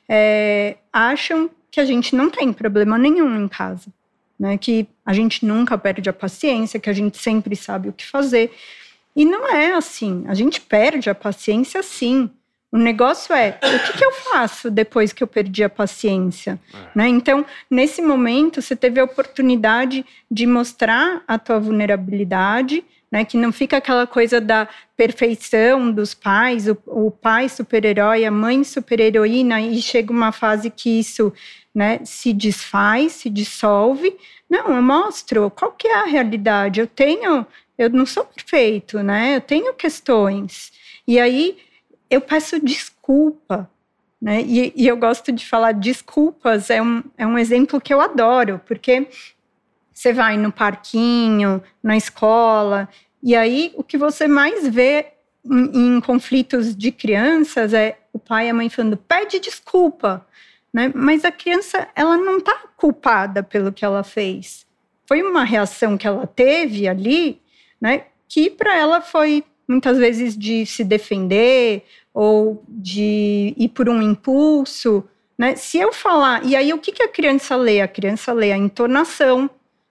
é, acham que a gente não tem problema nenhum em casa, né? Que a gente nunca perde a paciência, que a gente sempre sabe o que fazer. E não é assim, a gente perde a paciência sim. O negócio é, o que, que eu faço depois que eu perdi a paciência? É. Né? Então, nesse momento, você teve a oportunidade de mostrar a tua vulnerabilidade, né? Que não fica aquela coisa da perfeição dos pais, o, o pai super-herói, a mãe super-heroína, e chega uma fase que isso, né, se desfaz, se dissolve. Não, eu mostro qual que é a realidade. Eu tenho... Eu não sou perfeito, né? Eu tenho questões. E aí, eu peço desculpa, né? E, e eu gosto de falar desculpas, é um, é um exemplo que eu adoro, porque você vai no parquinho, na escola, e aí o que você mais vê em, em conflitos de crianças é o pai e a mãe falando, pede desculpa, né? Mas a criança, ela não está culpada pelo que ela fez. Foi uma reação que ela teve ali, né, que para ela foi muitas vezes de se defender ou de ir por um impulso, né? Se eu falar, e aí o que, que a criança lê? A criança lê a entonação,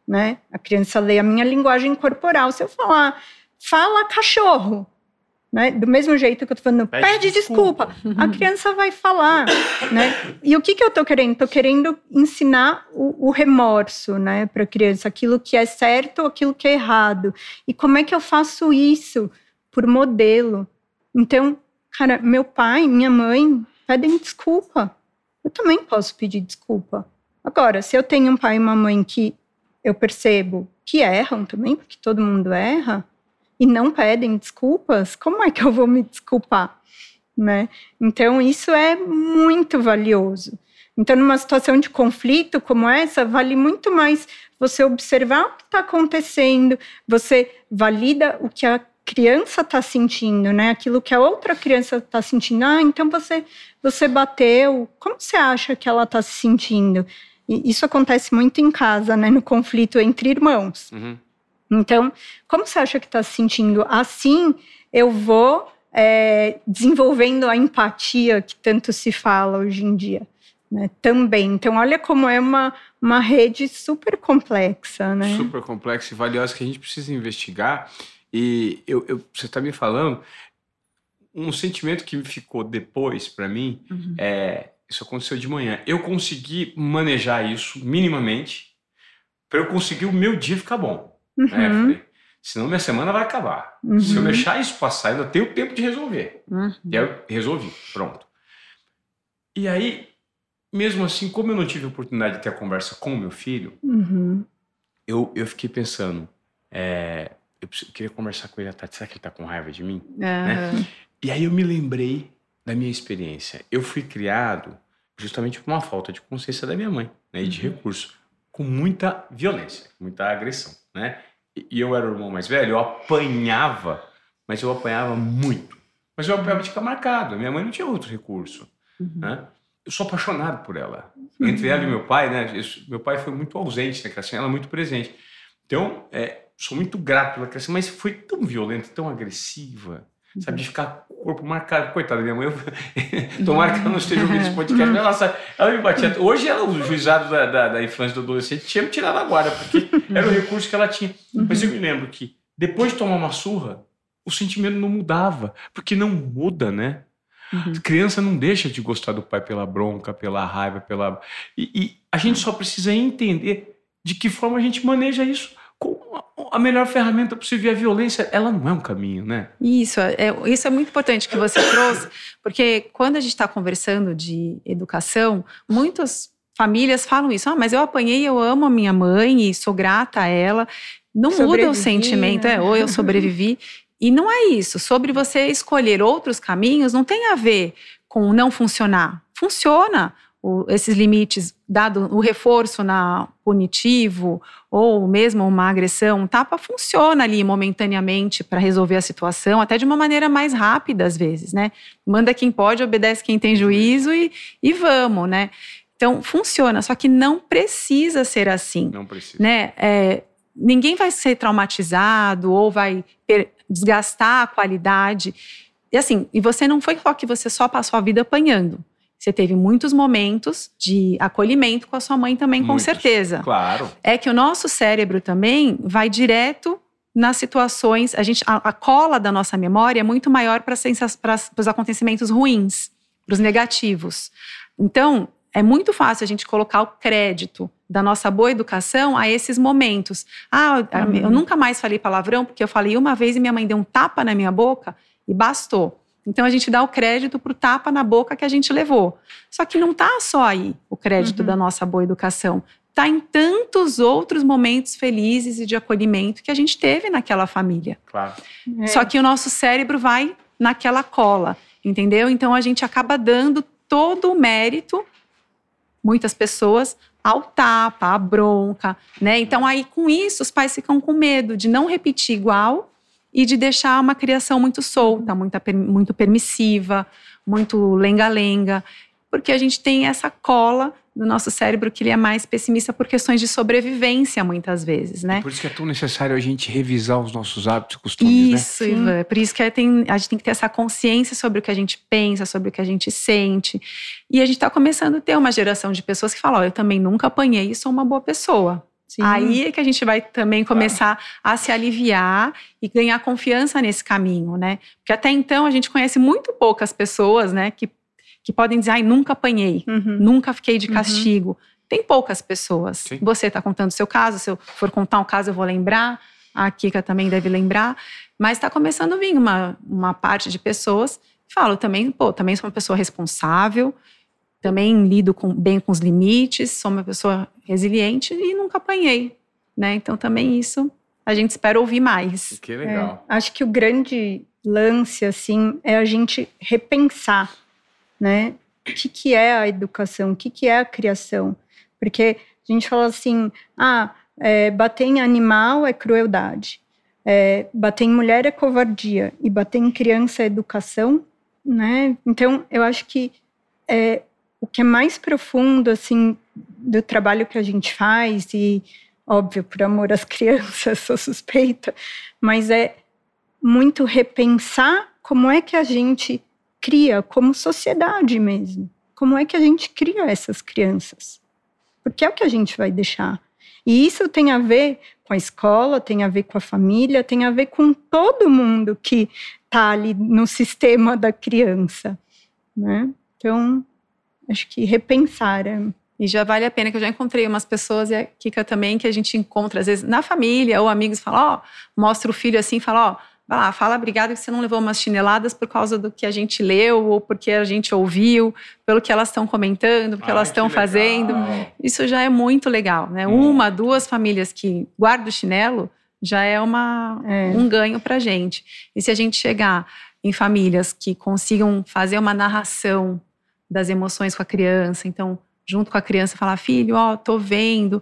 né? A criança lê a minha linguagem corporal. Se eu falar, fala cachorro, né? Do mesmo jeito que eu tô falando, pede, pede desculpa, desculpa. A criança vai falar, né? E o que que eu tô querendo? Tô querendo ensinar o, o remorso, né? Pra criança, aquilo que é certo, aquilo que é errado. E como é que eu faço isso? Por modelo. Então, cara, meu pai, minha mãe pedem desculpa. Eu também posso pedir desculpa. Agora, se eu tenho um pai e uma mãe que eu percebo que erram também, porque todo mundo erra, e não pedem desculpas, como é que eu vou me desculpar, né? Então, isso é muito valioso. Então, numa situação de conflito como essa, vale muito mais você observar o que está acontecendo, você valida o que a criança está sentindo, né? Aquilo que a outra criança está sentindo. Ah, então você, você bateu. Como você acha que ela está se sentindo? E isso acontece muito em casa, né? No conflito entre irmãos. Uhum. Então, como você acha que está se sentindo? Assim, eu vou é, desenvolvendo a empatia que tanto se fala hoje em dia, né? Também. Então, olha como é uma, uma rede super complexa, né? Super complexa e valiosa que a gente precisa investigar. E eu, eu, você está me falando, um sentimento que me ficou depois para mim, uhum. é, isso aconteceu de manhã. Eu consegui manejar isso minimamente para eu conseguir o meu dia ficar bom. Uhum. Né? Eu falei, senão minha semana vai acabar. Uhum. Se eu deixar isso passar, eu ainda tenho tempo de resolver. Uhum. E aí eu resolvi, pronto. E aí, mesmo assim, como eu não tive a oportunidade de ter a conversa com o meu filho, uhum. eu, eu fiquei pensando, é, eu queria conversar com ele à tarde, será que ele tá com raiva de mim? Uhum. Né? E aí eu me lembrei da minha experiência. Eu fui criado justamente por uma falta de consciência da minha mãe, né, e de uhum. recurso, com muita violência, muita agressão, né? E, e eu era o irmão mais velho, eu apanhava, mas eu apanhava muito. Mas eu apanhava de ficar marcado, minha mãe não tinha outro recurso, uhum. né? Eu sou apaixonado por ela. Uhum. Entre ela e meu pai, né? Eu, meu pai foi muito ausente na criação, ela muito presente. Então, é, sou muito grato pela criação, mas foi tão violenta, tão agressiva, uhum. sabe? De ficar com o corpo marcado. Coitada da minha mãe, eu, tomara que ela não esteja ouvindo esse podcast, mas ela sabe, ela me batia. Hoje, ela, o juizado da, da, da infância do adolescente tinha me tirado a guarda, porque era o recurso que ela tinha. Uhum. Mas eu me lembro que, depois de tomar uma surra, o sentimento não mudava, porque não muda, né? Uhum. A criança não deixa de gostar do pai pela bronca, pela raiva, pela... E, e a gente só precisa entender de que forma a gente maneja isso com a melhor ferramenta possível. A violência, ela não é um caminho, né? Isso é, isso é muito importante que você trouxe, porque quando a gente está conversando de educação, muitas famílias falam isso. Ah, mas eu apanhei, eu amo a minha mãe e sou grata a ela. Não muda o sentimento, é, ou eu sobrevivi. E não é isso. Sobre você escolher outros caminhos, não tem a ver com não funcionar. Funciona. O, esses limites, dado o reforço na punitivo ou mesmo uma agressão, um tapa funciona ali momentaneamente para resolver a situação, até de uma maneira mais rápida às vezes, né? Manda quem pode, obedece quem tem juízo e, e vamos, né? Então, funciona, só que não precisa ser assim. Não precisa. Né? É, ninguém vai ser traumatizado ou vai per- desgastar a qualidade. E assim, e você não foi só que você só passou a vida apanhando. Você teve muitos momentos de acolhimento com a sua mãe também, muitos, com certeza. Claro. É que o nosso cérebro também vai direto nas situações... A, gente, a, a cola da nossa memória é muito maior para os acontecimentos ruins, para os negativos. Então, é muito fácil a gente colocar o crédito da nossa boa educação a esses momentos. Ah, uhum. eu nunca mais falei palavrão porque eu falei uma vez e minha mãe deu um tapa na minha boca e bastou. Então, a gente dá o crédito pro tapa na boca que a gente levou. Só que não tá só aí o crédito uhum. da nossa boa educação. Tá em tantos outros momentos felizes e de acolhimento que a gente teve naquela família. Claro. É. Só que o nosso cérebro vai naquela cola, entendeu? Então, a gente acaba dando todo o mérito, muitas pessoas, ao tapa, à bronca, né? Então, aí, com isso, os pais ficam com medo de não repetir igual e de deixar uma criação muito solta, muito, muito permissiva, muito lenga-lenga, porque a gente tem essa cola do nosso cérebro que ele é mais pessimista por questões de sobrevivência, muitas vezes, né? Por isso que é tão necessário a gente revisar os nossos hábitos e costumes, isso, né? Isso, Ivan. Por isso que é, tem, a gente tem que ter essa consciência sobre o que a gente pensa, sobre o que a gente sente. E a gente está começando a ter uma geração de pessoas que falam, oh, eu também nunca apanhei e sou uma boa pessoa. Sim. Aí é que a gente vai também começar a se aliviar e ganhar confiança nesse caminho, né? Porque até então a gente conhece muito poucas pessoas, né? Que, que podem dizer, ai, nunca apanhei, uhum. nunca fiquei de castigo. Uhum. Tem poucas pessoas. Sim. Você está contando o seu caso, se eu for contar um caso eu vou lembrar, a Kika também deve lembrar. Mas está começando a vir uma, uma parte de pessoas que falam também, pô, também sou uma pessoa responsável, também lido com, bem com os limites, sou uma pessoa resiliente e nunca apanhei, né? Então também isso a gente espera ouvir mais. Que legal. É, acho que o grande lance, assim, é a gente repensar, né? O que, que é a educação, o que, que é a criação. Porque a gente fala assim, ah, é, bater em animal é crueldade, é, bater em mulher é covardia, e bater em criança é educação, né? Então eu acho que é, o que é mais profundo, assim, do trabalho que a gente faz, e, óbvio, por amor às crianças, sou suspeita, mas é muito repensar como é que a gente cria, como sociedade mesmo, como é que a gente cria essas crianças. Porque é o que a gente vai deixar. E isso tem a ver com a escola, tem a ver com a família, tem a ver com todo mundo que está ali no sistema da criança, né? Então, acho que repensar. É... E já vale a pena, que eu já encontrei umas pessoas, e a Kika também, que a gente encontra, às vezes, na família, ou amigos, fala, ó, mostra o filho assim, fala, ó, vai lá, fala obrigado que você não levou umas chineladas por causa do que a gente leu, ou porque a gente ouviu, pelo que elas estão comentando, porque Ai, elas estão fazendo. Isso já é muito legal, né? Hum. Uma, duas famílias que guardam o chinelo, já é, uma, é. um ganho pra gente. E se a gente chegar em famílias que consigam fazer uma narração das emoções com a criança, então, junto com a criança, falar, filho, ó, tô vendo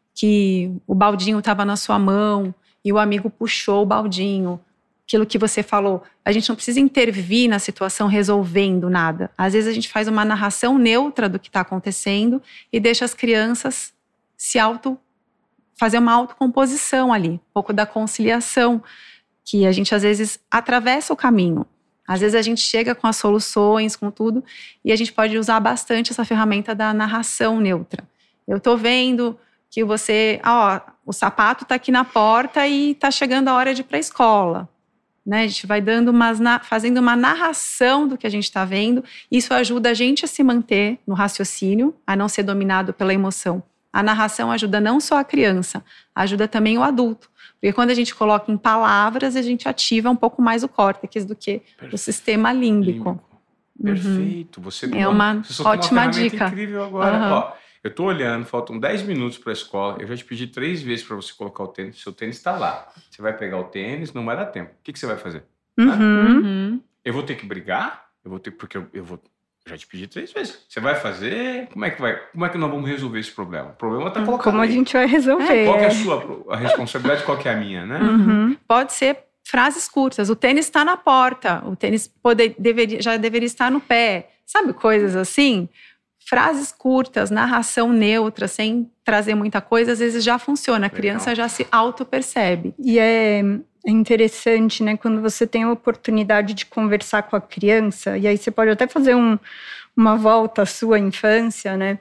que o baldinho estava na sua mão e o amigo puxou o baldinho. Aquilo que você falou, a gente não precisa intervir na situação resolvendo nada. Às vezes a gente faz uma narração neutra do que está acontecendo e deixa as crianças se auto, fazer uma autocomposição ali, um pouco da conciliação, que a gente às vezes atravessa o caminho. Às vezes a gente chega com as soluções, com tudo, e a gente pode usar bastante essa ferramenta da narração neutra. Eu tô vendo que você, ó, o sapato tá aqui na porta e tá chegando a hora de ir para a escola. Né? A gente vai dando umas, fazendo uma narração do que a gente está vendo. Isso ajuda a gente a se manter no raciocínio, a não ser dominado pela emoção. A narração ajuda não só a criança, ajuda também o adulto. Porque quando a gente coloca em palavras, a gente ativa um pouco mais o córtex do que Perfeito. O sistema límbico. Perfeito. Você é uma você ótima uma dica. Incrível agora. Uhum. Ó, eu tô olhando, faltam dez minutos para a escola. Eu já te pedi três vezes para você colocar o tênis. Seu tênis está lá. Você vai pegar o tênis, não vai dar tempo. O que, que você vai fazer? Uhum. Uhum. Eu vou ter que brigar? Eu vou ter porque eu, eu vou. Eu já te pedi três vezes. Você vai fazer? Como é que vai? Como é que nós vamos resolver esse problema? O problema está colocado. Como aí. a gente vai resolver? É, qual que é a sua a responsabilidade? Qual que é a minha, né? Uhum. Pode ser frases curtas. O tênis está na porta. O tênis poder, deveria, já deveria estar no pé. Sabe, coisas assim? Frases curtas, narração neutra, sem trazer muita coisa, às vezes já funciona. A criança Legal. Já se auto-percebe. E é, é interessante, né? Quando você tem a oportunidade de conversar com a criança, e aí você pode até fazer um, uma volta à sua infância, né?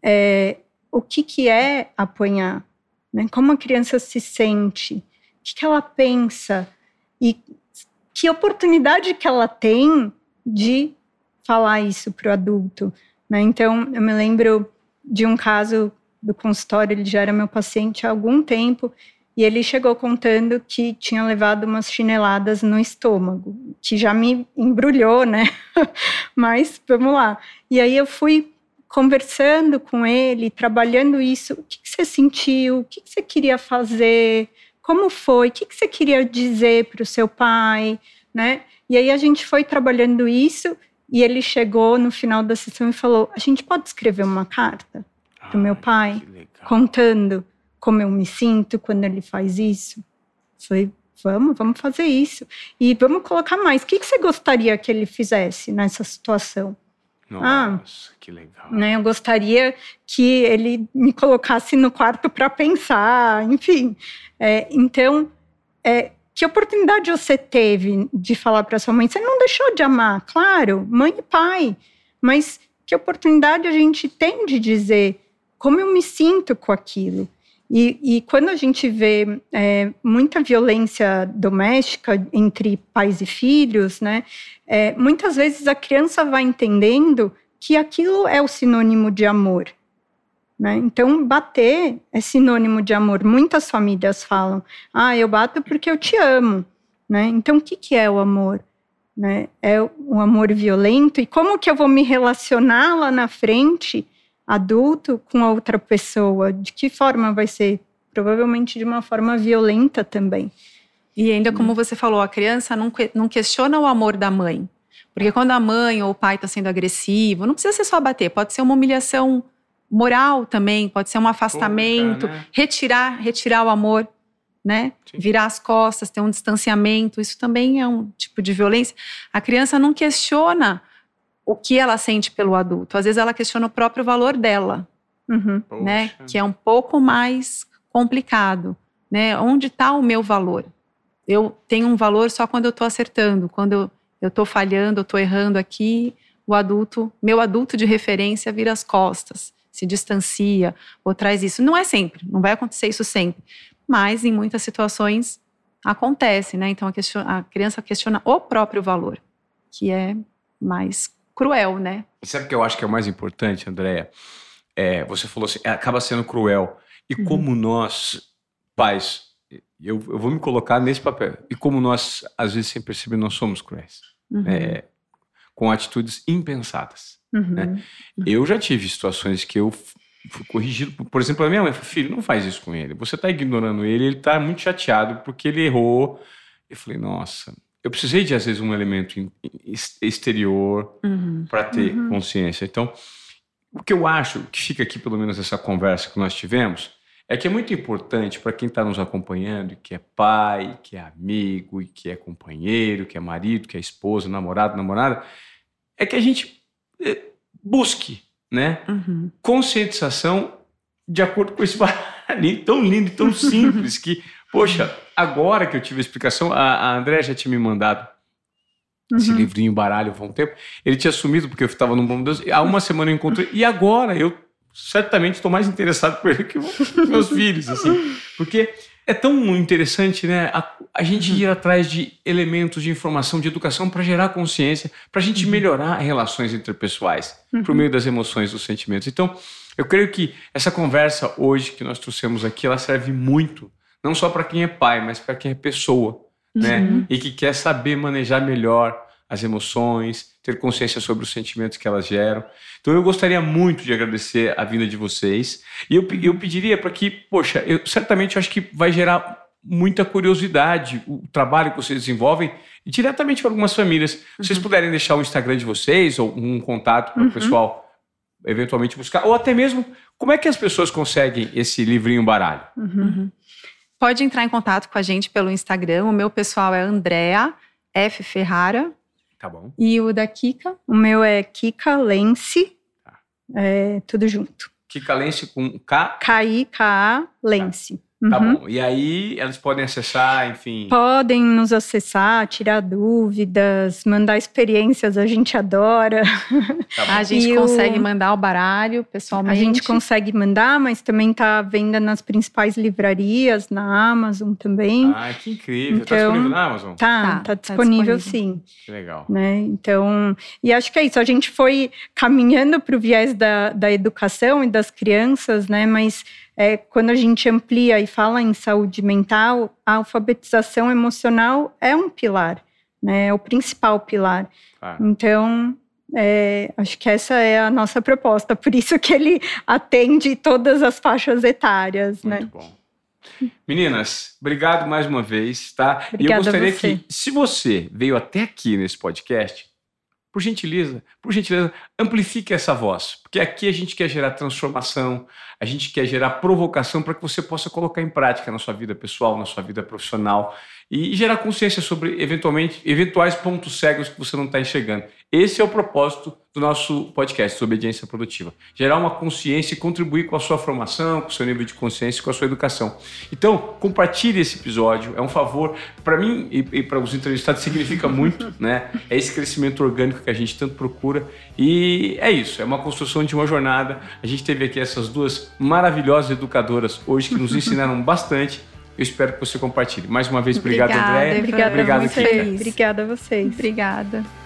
É, o que, que é apanhar? Né? Como a criança se sente? O que, que ela pensa? E que oportunidade que ela tem de falar isso para o adulto? Né? Então, eu me lembro de um caso do consultório, ele já era meu paciente há algum tempo, e ele chegou contando que tinha levado umas chineladas no estômago, que já me embrulhou, né? Mas, vamos lá. E aí eu fui conversando com ele, trabalhando isso. O que, que você sentiu? O que, que você queria fazer? Como foi? O que, que você queria dizer para o seu pai? Né? E aí a gente foi trabalhando isso. E ele chegou no final da sessão e falou, a gente pode escrever uma carta para o meu pai, contando como eu me sinto quando ele faz isso? Eu falei, vamos, vamos fazer isso. E vamos colocar mais. O que, que você gostaria que ele fizesse nessa situação? Nossa, ah, que legal. Né, eu gostaria que ele me colocasse no quarto para pensar, enfim. É, então, é, que oportunidade você teve de falar para sua mãe? Você não deixou de amar, claro, mãe e pai. Mas que oportunidade a gente tem de dizer como eu me sinto com aquilo? E, e quando a gente vê é, muita violência doméstica entre pais e filhos, né, é, muitas vezes a criança vai entendendo que aquilo é o sinônimo de amor. Né? Então, bater é sinônimo de amor. Muitas famílias falam, ah, eu bato porque eu te amo. Né? Então, o que, que é o amor? Né? É um amor violento? E como que eu vou me relacionar lá na frente, adulto, com a outra pessoa? De que forma vai ser? Provavelmente de uma forma violenta também. E ainda como você falou, a criança não, não questiona o amor da mãe. Porque quando a mãe ou o pai está sendo agressivo, não precisa ser só bater, pode ser uma humilhação moral também, pode ser um afastamento, Pô, né? retirar, retirar o amor, né? Virar as costas, ter um distanciamento, isso também é um tipo de violência. A criança não questiona o que ela sente pelo adulto, às vezes ela questiona o próprio valor dela, uhum. né? Que é um pouco mais complicado, né? Onde está o meu valor? Eu tenho um valor só quando eu estou acertando, quando eu estou falhando, eu estou errando aqui, o adulto, meu adulto de referência vira as costas, se distancia ou traz isso. Não é sempre, não vai acontecer isso sempre, mas em muitas situações acontece, né? Então a, question- a criança questiona o próprio valor, que é mais cruel, né? E sabe o que eu acho que é o mais importante, Andréa? É, você falou assim, acaba sendo cruel. E uhum. como nós, pais, eu, eu vou me colocar nesse papel, e como nós, às vezes, sem perceber, nós somos cruéis. Uhum. É, com atitudes impensadas. Uhum. Né? Eu já tive situações que eu fui corrigido. Por exemplo, a minha mãe falou, filho, não faz isso com ele. Você está ignorando ele, ele está muito chateado porque ele errou. Eu falei, nossa, eu precisei de, às vezes, um elemento exterior uhum. para ter uhum. consciência. Então, o que eu acho que fica aqui, pelo menos, essa conversa que nós tivemos, é que é muito importante para quem está nos acompanhando, que é pai, que é amigo, que é companheiro, que é marido, que é esposa, namorado, namorada, é que a gente busque, né, uhum. conscientização de acordo com esse baralho tão lindo e tão simples que, poxa, agora que eu tive a explicação, a, a Andréa já tinha me mandado uhum. esse livrinho baralho há um tempo, ele tinha sumido porque eu estava num bom Deus, há uma semana eu encontrei, e agora eu certamente estou mais interessado por ele que os meus filhos, assim, porque é tão interessante, né, a, a gente ir atrás de elementos de informação, de educação para gerar consciência, para a gente uhum. melhorar relações interpessoais, uhum. por meio das emoções, dos sentimentos. Então, eu creio que essa conversa hoje que nós trouxemos aqui, ela serve muito, não só para quem é pai, mas para quem é pessoa, uhum. né, e que quer saber manejar melhor as emoções, ter consciência sobre os sentimentos que elas geram. Então eu gostaria muito de agradecer a vinda de vocês. E eu, eu pediria para que, poxa, eu certamente eu acho que vai gerar muita curiosidade o trabalho que vocês desenvolvem diretamente para algumas famílias. Se uhum. vocês puderem deixar o Instagram de vocês ou um contato para uhum. o pessoal eventualmente buscar, ou até mesmo como é que as pessoas conseguem esse livrinho baralho. Uhum. Pode entrar em contato com a gente pelo Instagram. O meu pessoal é Andréa F. Ferrara. Tá bom. E o da Kika? O meu é Kika Lense. Tá. É, tudo junto. Kika Lense com K? K I K A Lense. Tá. Tá uhum. bom. E aí elas podem acessar, enfim... Podem nos acessar, tirar dúvidas, mandar experiências, a gente adora. Tá bom. A gente e consegue o... mandar o baralho pessoalmente. A gente consegue mandar, mas também está à venda nas principais livrarias, na Amazon também. Ah, que incrível. Está então, disponível na Amazon? Tá, tá, tá disponível, tá disponível sim. Que legal. Né? Então, e acho que é isso. A gente foi caminhando para o viés da, da educação e das crianças, né? Mas... É, quando a gente amplia e fala em saúde mental, a alfabetização emocional é um pilar, né? É o principal pilar. Ah. Então, é, acho que essa é a nossa proposta. Por isso que ele atende todas as faixas etárias, Muito né? bom. Meninas, obrigado mais uma vez, tá? Obrigada e eu gostaria a você. que, se você veio até aqui nesse podcast, por gentileza, por gentileza, amplifique essa voz, porque aqui a gente quer gerar transformação, a gente quer gerar provocação para que você possa colocar em prática na sua vida pessoal, na sua vida profissional e gerar consciência sobre, eventualmente, eventuais pontos cegos que você não está enxergando. Esse é o propósito do nosso podcast, Desobediência Produtiva. Gerar uma consciência e contribuir com a sua formação, com o seu nível de consciência e com a sua educação. Então, compartilhe esse episódio. É um favor. Para mim e, e para os entrevistados significa muito, né? É esse crescimento orgânico que a gente tanto procura. E é isso. É uma construção de uma jornada. A gente teve aqui essas duas maravilhosas educadoras hoje que nos ensinaram bastante. Eu espero que você compartilhe. Mais uma vez, obrigado, Obrigada, Andréia. Obrigada, Obrigado, a vocês. Kika. Obrigada a vocês. Obrigada.